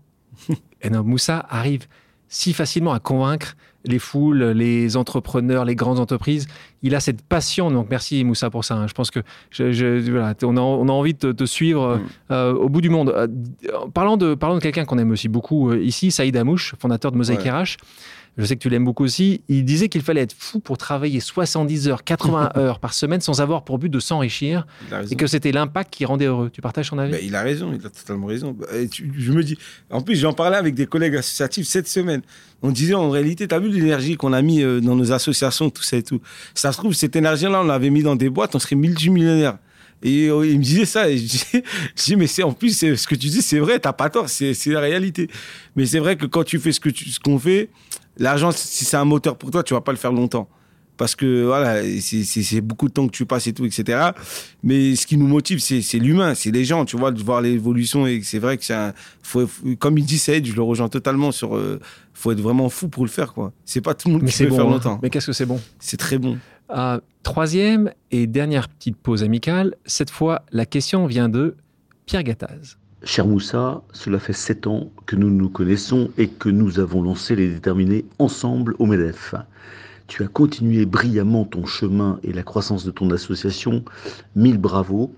Moussa arrive si facilement à convaincre les foules, les entrepreneurs, les grandes entreprises. Il a cette passion, donc merci Moussa pour ça. Je pense que voilà, on a envie de te suivre au bout du monde. Parlant de quelqu'un qu'on aime aussi beaucoup ici, Saïd Amouche, fondateur de Mosaïque RH. Je sais que tu l'aimes beaucoup aussi. Il disait qu'il fallait être fou pour travailler 70 heures, 80 heures par semaine sans avoir pour but de s'enrichir et que c'était l'impact qui rendait heureux. Tu partages son avis ? Il a raison, il a totalement raison. Je me dis, en plus, j'en parlais avec des collègues associatifs cette semaine. On disait, en réalité, tu as vu l'énergie qu'on a mis dans nos associations, tout ça et tout. Ça se trouve, cette énergie-là, on l'avait mis dans des boîtes, on serait multimillionnaires. Et il me disait ça, et je dis mais en plus, ce que tu dis, c'est vrai, t'as pas tort, c'est la réalité. Mais c'est vrai que quand tu fais ce qu'on fait, l'argent, si c'est un moteur pour toi, tu vas pas le faire longtemps. Parce que voilà, c'est beaucoup de temps que tu passes et tout, etc. Mais ce qui nous motive, c'est l'humain, c'est les gens, tu vois, de voir l'évolution. Et c'est vrai que comme il dit Saïd, je le rejoins totalement sur. Faut être vraiment fou pour le faire, quoi. C'est pas tout le monde qui peut le faire longtemps. Mais qu'est-ce que c'est bon ? C'est très bon. Troisième et dernière petite pause amicale. Cette fois, la question vient de Pierre Gattaz. Cher Moussa, cela fait 7 ans que nous nous connaissons et que nous avons lancé les Déterminés ensemble au MEDEF. Tu as continué brillamment ton chemin et la croissance de ton association. 1000 bravos.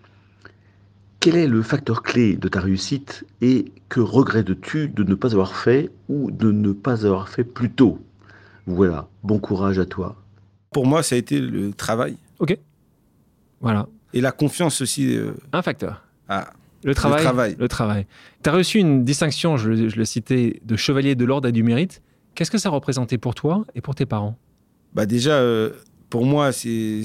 Quel est le facteur clé de ta réussite et que regrettes-tu de ne pas avoir fait ou de ne pas avoir fait plus tôt ? Voilà, bon courage à toi. Pour moi, ça a été le travail. Ok. Voilà. Et la confiance aussi. Un facteur. Le travail. Tu as reçu une distinction, je le citais, de chevalier de l'ordre et du mérite. Qu'est-ce que ça représentait pour toi et pour tes parents ? Déjà, pour moi, c'est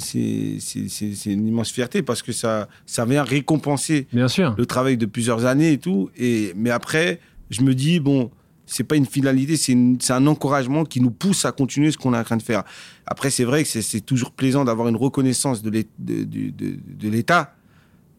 une immense fierté parce que ça vient récompenser Bien sûr. le travail de plusieurs années et tout. Mais après, je me dis, c'est pas une finalité, c'est un encouragement qui nous pousse à continuer ce qu'on est en train de faire. Après, c'est vrai que c'est toujours plaisant d'avoir une reconnaissance de l'État.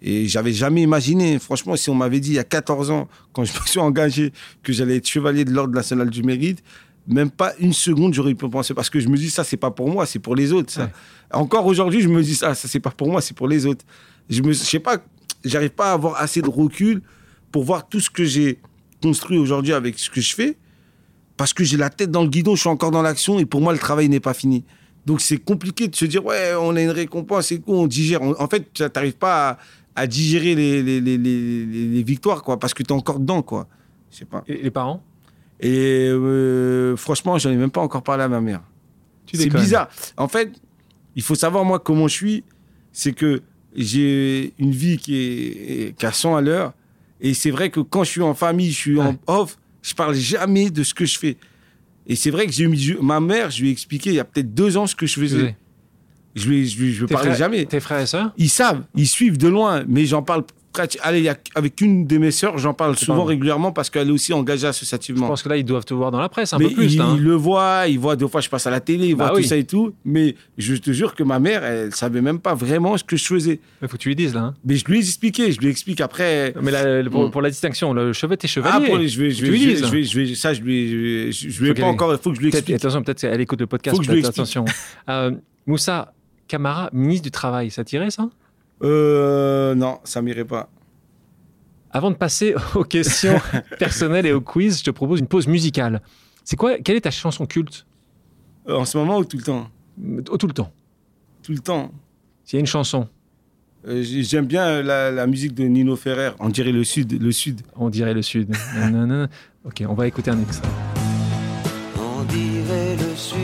Et j'avais jamais imaginé, franchement, si on m'avait dit il y a 14 ans, quand je me suis engagé, que j'allais être chevalier de l'Ordre national du mérite, même pas une seconde, j'aurais pu penser. Parce que je me dis, ça, c'est pas pour moi, c'est pour les autres. Ça. Ouais. Encore aujourd'hui, je me dis, ça, c'est pas pour moi, c'est pour les autres. Je sais pas, j'arrive pas à avoir assez de recul pour voir tout ce que j'ai construit aujourd'hui avec ce que je fais. Parce que j'ai la tête dans le guidon, je suis encore dans l'action et pour moi, le travail n'est pas fini. Donc, c'est compliqué de se dire, ouais, on a une récompense, c'est cool, on digère. En fait, tu n'arrives pas à digérer les victoires, quoi, parce que tu es encore dedans, quoi. Je sais pas. Et les parents? Et franchement, j'en ai même pas encore parlé à ma mère. C'est bizarre. En fait, il faut savoir, moi, comment je suis. C'est que j'ai une vie qui a 100 à l'heure. Et c'est vrai que quand je suis en famille, je suis en off, je parle jamais de ce que je fais. Et c'est vrai que j'ai mis ma mère, je lui ai expliqué il y a peut-être 2 ans ce que je faisais. Je lui parlais jamais. Tes frères et sœurs? Ils savent, ils suivent de loin, mais j'en parle. Allez, avec une de mes sœurs, j'en parle souvent régulièrement parce qu'elle est aussi engagée associativement. Je pense que là, ils doivent te voir dans la presse un mais peu plus. Ils le voient, ils voient 2 fois je passe à la télé, ils voient tout ça et tout. Mais je te jure que ma mère, elle savait même pas vraiment ce que je faisais. Il faut que tu lui dises là. Hein. Mais je lui ai expliqué, je lui explique après. Mais pour la distinction, le chevet, t'es chevalier. Je lui ai pas encore, il faut que je lui explique. Attention, peut-être qu'elle écoute le podcast. Faut que je lui explique. Attention. Moussa Camara, ministre du Travail, ça t'irait ça? Non, ça m'irait pas. Avant de passer aux questions personnelles et au quiz, je te propose une pause musicale. Quelle est ta chanson culte? En ce moment ou tout le temps? Tout le temps. Tout le temps. S'il y a une chanson. J'aime bien la musique de Nino Ferrer. On dirait le Sud. On dirait le Sud. Ok, on va écouter un extrait. On dirait le Sud.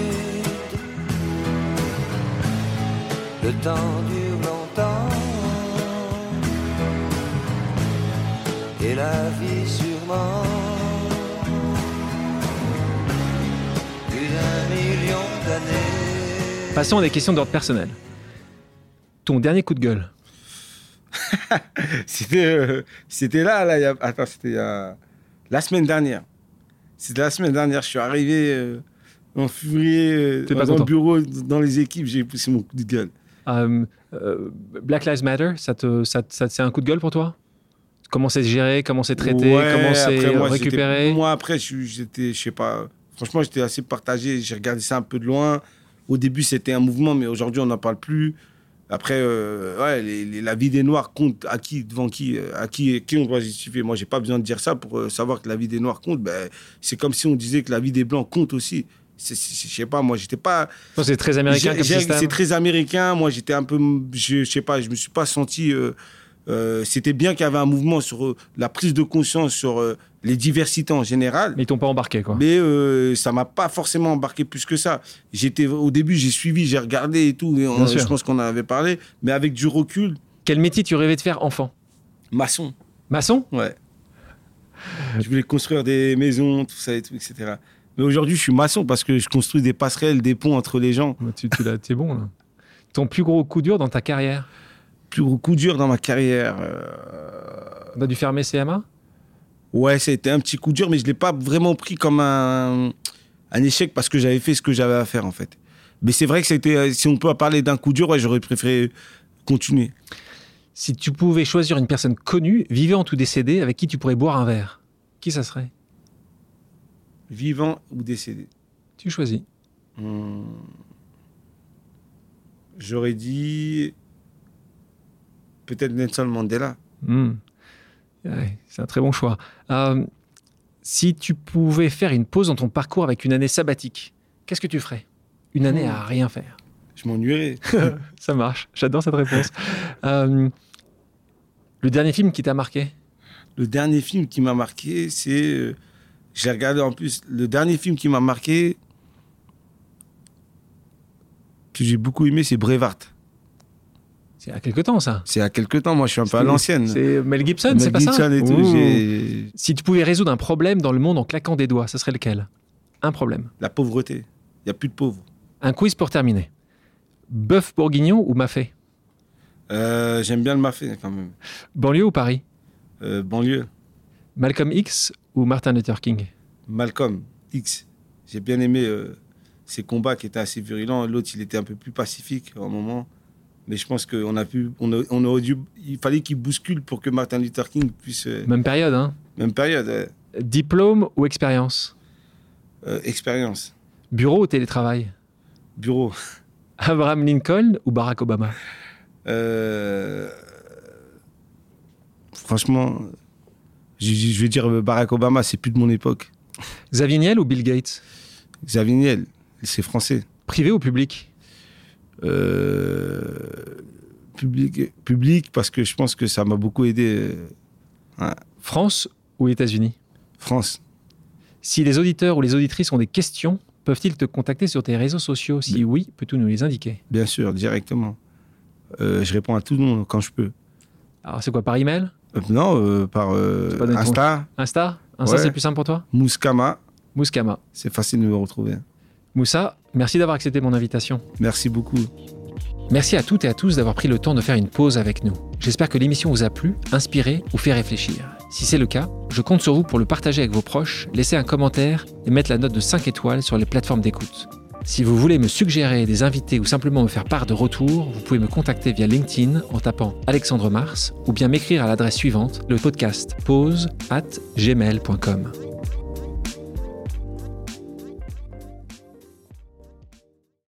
Le temps dure longtemps. Et la vie sûrement. Plus d'1 million d'années. Passons à des questions d'ordre personnel. Ton dernier coup de gueule? C'était là, c'était la semaine dernière. C'était la semaine dernière, je suis arrivé en février dans le bureau, dans les équipes, j'ai poussé mon coup de gueule. Black Lives Matter, c'est un coup de gueule pour toi? Comment c'est géré, comment c'est traité, comment c'est récupéré? Moi, après, j'étais, je sais pas, franchement, j'étais assez partagé. J'ai regardé ça un peu de loin. Au début, c'était un mouvement, mais aujourd'hui, on n'en parle plus. Après, la vie des Noirs compte à qui, devant qui, qui on doit justifier. Moi, j'ai pas besoin de dire ça pour savoir que la vie des Noirs compte. Ben, c'est comme si on disait que la vie des Blancs compte aussi. Je sais pas, moi, j'étais pas... C'est très américain comme système. C'est très américain. Moi, j'étais un peu... Je sais pas, je me suis pas senti... c'était bien qu'il y avait un mouvement sur la prise de conscience sur les diversités en général. Mais ils t'ont pas embarqué, quoi. Mais ça m'a pas forcément embarqué plus que ça. Au début, j'ai suivi, j'ai regardé et tout. Et je pense qu'on en avait parlé. Mais avec du recul... Quel métier tu rêvais de faire enfant? Maçon. Maçon? Ouais. Je voulais construire des maisons, tout ça et tout, etc. Mais aujourd'hui, je suis maçon parce que je construis des passerelles, des ponts entre les gens. T'es bon, là. Ton plus gros coup dur dans ta carrière? Plus gros coup dur dans ma carrière. On a dû fermer CMA? Ouais, c'était un petit coup dur, mais je ne l'ai pas vraiment pris comme un échec parce que j'avais fait ce que j'avais à faire, en fait. Mais c'est vrai que c'était, si on peut parler d'un coup dur, ouais, j'aurais préféré continuer. Si tu pouvais choisir une personne connue, vivante ou décédée, avec qui tu pourrais boire un verre, qui ça serait? Vivant ou décédé? Tu choisis. J'aurais dit... peut-être Nelson Mandela. Ouais, c'est un très bon choix. Si tu pouvais faire une pause dans ton parcours avec une année sabbatique, qu'est-ce que tu ferais? Une année à rien faire. Je m'ennuierais. Ça marche, j'adore cette réponse. Le dernier film qui t'a marqué? Le dernier film qui m'a marqué, c'est... j'ai regardé en plus. Le dernier film qui m'a marqué, que j'ai beaucoup aimé, c'est Braveheart. C'est à quelque temps, ça. C'est à quelque temps, moi je suis un peu à l'ancienne. C'est Mel Gibson, c'est pas ça? Et tout, si tu pouvais résoudre un problème dans le monde en claquant des doigts, ce serait lequel? Un problème. La pauvreté. Il n'y a plus de pauvres. Un quiz pour terminer. Bœuf bourguignon ou mafé? J'aime bien le mafé quand même. Banlieue ou Paris? Banlieue. Malcolm X ou Martin Luther King? Malcolm X. J'ai bien aimé ses combats qui étaient assez virulents. L'autre, il était un peu plus pacifique à un moment. Mais je pense qu'on aurait dû... Il fallait qu'il bouscule pour que Martin Luther King puisse... Même période, hein. Même période. Diplôme ou expérience? Expérience. Bureau ou télétravail? Bureau. Abraham Lincoln ou Barack Obama? Franchement, je vais dire Barack Obama, c'est plus de mon époque. Xavier Niel ou Bill Gates? Xavier Niel, c'est français. Privé ou public? Public, parce que je pense que ça m'a beaucoup aidé. Ouais. France ou États-Unis? France. Si les auditeurs ou les auditrices ont des questions, peuvent-ils te contacter sur tes réseaux sociaux? Si oui, peux-tu nous les indiquer? Bien sûr, directement. Je réponds à tout le monde quand je peux. Alors, c'est quoi, par email? Non, par Insta. Insta, ouais. C'est plus simple pour toi? Mouskama. C'est facile de me retrouver. Moussa, merci d'avoir accepté mon invitation. Merci beaucoup. Merci à toutes et à tous d'avoir pris le temps de faire une pause avec nous. J'espère que l'émission vous a plu, inspiré ou fait réfléchir. Si c'est le cas, je compte sur vous pour le partager avec vos proches, laisser un commentaire et mettre la note de 5 étoiles sur les plateformes d'écoute. Si vous voulez me suggérer des invités ou simplement me faire part de retours, vous pouvez me contacter via LinkedIn en tapant Alexandre Mars ou bien m'écrire à l'adresse suivante, le podcast pause@gmail.com.